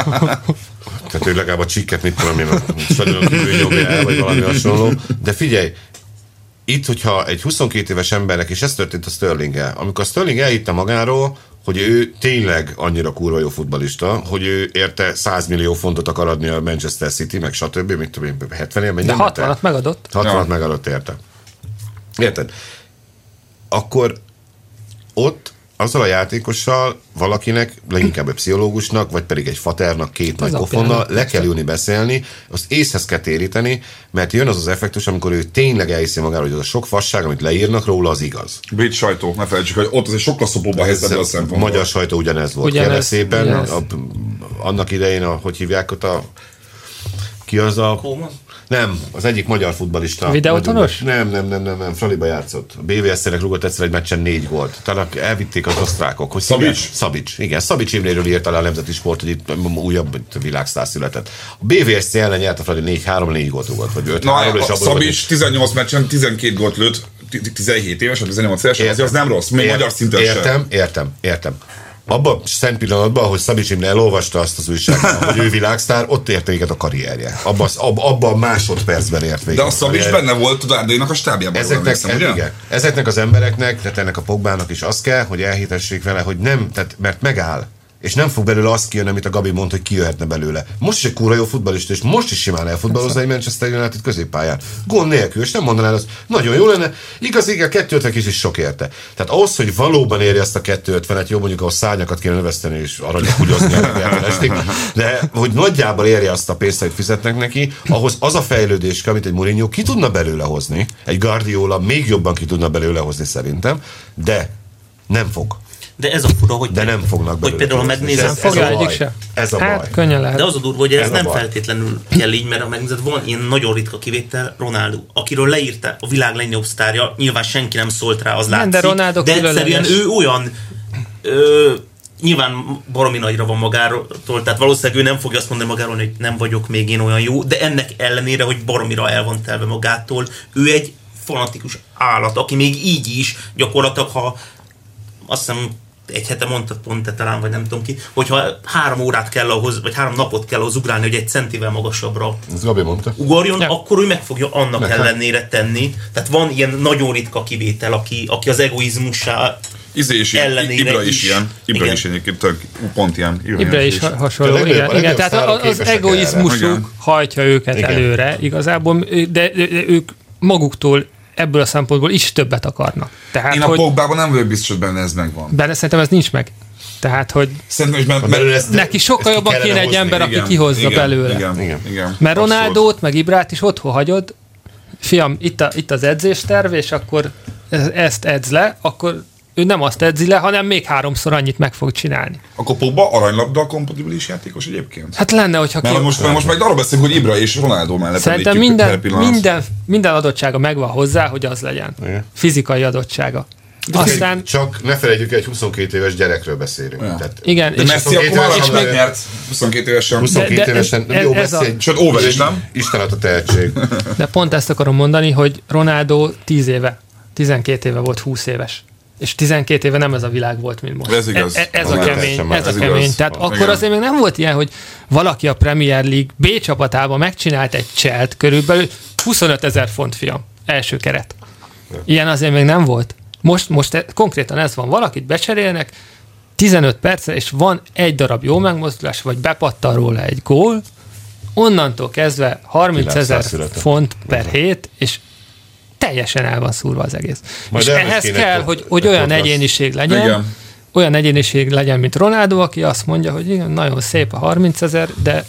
Tehát ő legalább a csikket, mit tudom én, a stadionon kívül nyomja el, vagy valami hasonló. De figyelj, itt, hogyha egy huszonkét éves embernek, és ez történt a Sterlinggel, amikor a Sterling elhitte magáról, hogy ő tényleg annyira kurva jó futballista, hogy ő érte száz millió fontot akar adni a Manchester City, meg stb. Mit tudom én, hetven év, de hatvanat megadott. hatvanat megadott érte. Érted? Akkor ott azzal a játékossal valakinek, leginkább egy pszichológusnak, vagy pedig egy faternak két nagy pofonnal le kell ülni beszélni, azt észhez kell téríteni, mert jön az az effektus, amikor ő tényleg elhiszi magára, hogy az a sok fasság, amit leírnak róla, az igaz. Brit sajtó, ne felejtsük, hogy ott az egy sokkal szopóba helyzetben a szempontból. A magyar sajtó ugyanez volt. Ugyanez, szépen, ugyanez. A, annak idején, a, hogy hívják ott a... Ki az a... Kóman? Nem, az egyik magyar futballista. Videótonos? Nem, nem, nem, nem, nem, Fradiba játszott. A bé vé es-nek rúgott egyszer egy meccsen négy gólt. Talán elvitték az osztrákok. Hogy Szabics? Szabics, igen. Szabics Imréről írta le a Nemzeti Sport, hogy itt újabb világsztár született. A bé vé es ellen nyert a Fradi négy három négy gólt rúgott, vagy öt három. Na, a Szabics tizennyolc meccsen tizenkét gólt lőtt, tizenhét éves, vagy tizennyolc éves, azért az nem rossz, még Ért, magyar szinten sem. Értem, értem, értem. Abban a szent pillanatban, hogy Szabics Imre elolvasta azt az újságban, hogy ő világsztár, ott ért véget a karrierje. Abban abba, abba a másodpercben ért véget. De a Szabics benne volt a Dárdainak a stábjában. Ezeknek, emlékszem, ez, igen, ezeknek az embereknek, tehát ennek a Pogbának is az kell, hogy elhitessék vele, hogy nem, tehát, mert megáll. És nem fog belőle azt kijönni, amit a Gabi mond, hogy kijöhetne belőle. Most is egy kúra jó futballista, és most is simán elfutballozza egy Manchester United középpályán. Gól nélkül, és nem mondanád azt, nagyon jó lenne, igaz, igen, kettő ötven is sok érte. Tehát ahhoz, hogy valóban érje azt a kettő ötvenet, jó, mondjuk ahhoz szárnyakat kéne növeszteni, és aranyat húgyozni, estig, de hogy nagyjából érje azt a pénzt, hogy fizetnek neki, ahhoz az a fejlődés, amit egy Mourinho ki tudna belőle hozni, egy Guardiola még jobban ki tudna belőle hozni szerintem, de nem fog. De ez a fura, hogy, de nem fognak hogy például ha megnézed, nem fogja egyik se. Ez a baj. Hát, könnyen lehet. De az a durva, hogy ez, ez nem baj. feltétlenül kell így, mert ha megnézed, van ilyen nagyon ritka kivétel, Ronaldo, akiről leírta a világ legnagyobb sztárja, nyilván senki nem szólt rá, az nem, látszik. de Ronaldo de egyszerűen különleges. ő olyan ö, nyilván baromi nagyra van magáról, tehát valószínűleg ő nem fogja azt mondani magáról, hogy nem vagyok még én olyan jó, de ennek ellenére, hogy baromira el van telve magától, ő egy fanatikus állat, aki még így is gyakorlatilag, ha azt hiszem egy hete mondtad pont te talán, vagy nem tudom ki, hogyha három órát kell ahhoz, vagy három napot kell ahhoz ugrálni, hogy egy centivel magasabbra ez Gabi mondta. ugorjon, ja. akkor ő meg fogja annak meg ellenére tenni. Tehát van ilyen nagyon ritka kivétel, aki, aki az egoizmussá Izé is ellenére Ibra is, is ilyen. Ibra igen. is egyébként pont ilyen. Ibra is hasonló. De Igen, legjobb, igen, tehát az, az egoizmusuk hajtja őket igen. előre igazából, de, de, de ők maguktól ebből a szempontból is többet akarnak. Tehát, Én a hogy Pogbában nem vagyok biztos, hogy benne ez megvan. benne szerintem ez nincs meg. Tehát, hogy Szerintem, hogy mert, mert, neki sokkal jobban kéne egy ember, aki kihozza igen, belőle. Igen, igen, igen, mert Ronaldót, meg Ibrát is otthon hagyod, fiam, itt, a, itt az edzésterv, és akkor ezt edz le, akkor ő nem azt edzi le, hanem még háromszor annyit meg fog csinálni. Akkor Pogba aranylabbal kompatibilis játékos egyébként? Hát lenne, hogyha Mert ki... most, most majd arról beszélünk, hogy Ibra és Ronaldo mellett Szerintem minden, minden, minden adottsága megvan hozzá, hogy az legyen. Igen. Fizikai adottsága. De aztán... Csak ne felejtjük, egy huszonkét éves gyerekről beszélünk. Ja. Tehát igen. De Messi akkor már még nyert huszonkettő évesen. huszonkettő évesen. Ez, jó, ez Messi a... egy... Sőt, over is, nem? Isten a tehetség. De pont ezt akarom mondani, hogy Ronaldo tíz éve, tizenkét éve volt húsz éves. És tizenkét éve nem ez a világ volt, mint most. Ez igaz. Ez, ez a kemény. Ez, ez a kemény. Igaz. Tehát Igen. akkor azért még nem volt ilyen, hogy valaki a Premier League B csapatában megcsinált egy cselt körülbelül huszonöt ezer font, fiam. Első keret. Ilyen azért még nem volt. Most, most konkrétan ez van. Valakit becserélnek tizenöt percre, és van egy darab jó megmozdulás, vagy bepattan róla egy gól, onnantól kezdve harmincezer font per hét, és teljesen el van szúrva az egész. Majd és ehhez kell, hogy, hogy olyan egyéniség legyen, igen. olyan egyéniség legyen, mint Ronaldo, aki azt mondja, hogy igen, nagyon szép a harmincezer, de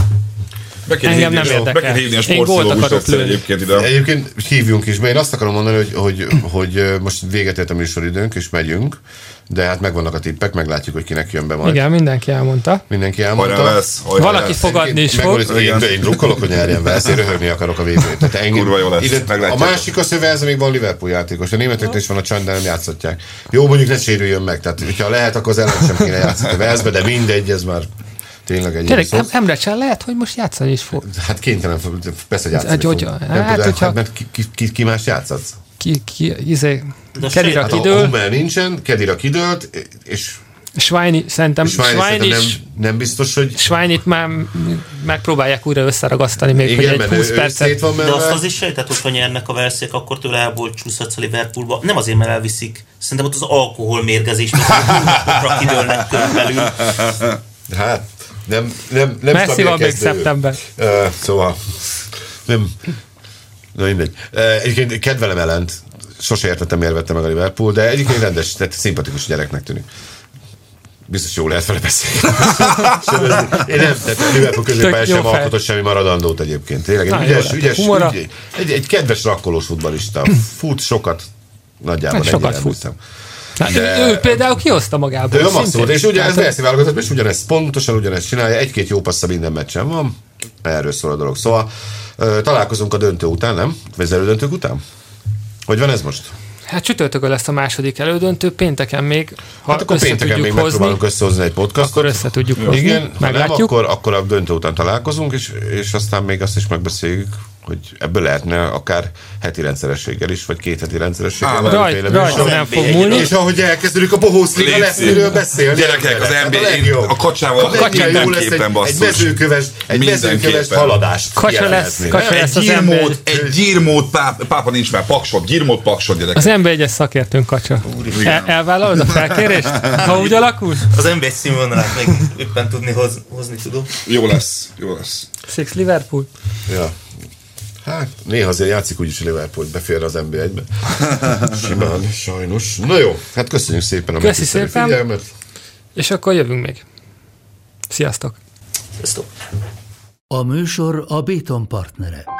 engem nem érdekel. Én gólt akarok lőni. Egyébként, ide. Egyébként hívjunk is, mert én azt akarom mondani, hogy, hogy, hogy most véget ért a műsoridőnk, és megyünk, de hát megvannak a tippek, meglátjuk, hogy kinek jön be majd. Igen, mindenki elmondta. Mindenki elmondta. Hajrá lesz, hajrá Valaki lesz. fogadni is fog. Én, én drukkolok, hogy nyerjen Velsz, én röhögni akarok a végét. Kurva jó lesz, ide, a másik a szövelze még van Liverpool játékos. A németeknek is van a csand, de nem játszhatják. Jó, mondjuk ne sérüljön meg, tehát hogyha lehet, akkor az ellen sem kéne játszani Velszbe, de mindegy, ez már tényleg egy Tényleg, em, Emre Can lehet, hogy most játszani is fog. Hát kénytelen, persze játszani hát, fog. Hogy, nem hát, tudod, hogyha... hát, mert ki, ki, ki, ki más játszatsz? Ki, ki, izé, Kedira hát kidől. A Hummel nincsen, Kedira kidőlt, és Schweini, szerintem Schweini nem, nem biztos, hogy... Schweinit már megpróbálják újra összeragasztani, még igen, hogy egy húsz percet. De azt az is sejtett, hogy ha nyernek a Velszék, akkor tőle elbúcsúzhatsz a Liverpoolba. Nem azért, mert elviszik. Szerintem ott az alkoholmérgezés, mert hónapokra kidőlnek körülbelül. Hát, nem, nem, nem Messi van még szeptember. Uh, szóval, nem... Na mindegy. Uh, egyébként kedvelem ellent. sose értettem, miért vette meg a Liverpool, de egyébként rendes, tehát szimpatikus gyereknek tűnik. Biztos jól lehet vele beszélni. Én nem, tehát a Liverpool középpályán sem alkotott semmi maradandót egyébként. Tényleg egy ügyes, ügyes, ügy, egy, egy kedves rakkolós futballista. Fut sokat, nagyjából sokat fut. De ő, ő például kihozta magából. Ő a maximum, és ugyanez Velszi válogatott, és ugyanez, pontosan ugyanezt csinálja, egy-két jó passza minden meccsen van. Erről szól a dolog. Szóval találkozunk a döntő után, nem? Vagy az elődöntők után? Hogy van ez most? Hát csütörtökön lesz a második elődöntő, pénteken még, ha hát akkor pénteken még megpróbálunk összehozni egy podcastot. Akkor össze tudjuk hozni. Igen, meglátjuk. Nem, akkor, akkor a döntő után találkozunk, és, és aztán még azt is megbeszéljük, hogy ebből lehetne akár heti rendszerességgel is, vagy két heti rendszerességgel. Rajt, rajta nem fog múlni. És ahogy elkezdődik a Bohósz Liga, lesz miről beszélni. Gyerekek, az en bé á, a kacsával mindenképpen basszus. Egy mezőköves, egy mezőköves haladást Kacsa lesz, kacsa lesz az ember. Egy gyírmód, pápa nincs már, paksod, gyírmód, paksod, gyerekek. Az en bé egyes szakértőnk, Kacsa. El, elvállalod a felkérést? Ha úgy alakul? Az en bé egy színvonalát meg éppen tudni hoz, hozni tudom. Jó lesz, jó lesz. Six Liverpool. Ja. Hát, néha azért játszik úgyis a Liverpool, hogy befér az en bé egybe. Simán, sajnos. Na jó, hát köszönjük szépen a Köszi szépen. figyelmet. És akkor jövünk még. Sziasztok! Sziasztok! A műsor a Béton partnere.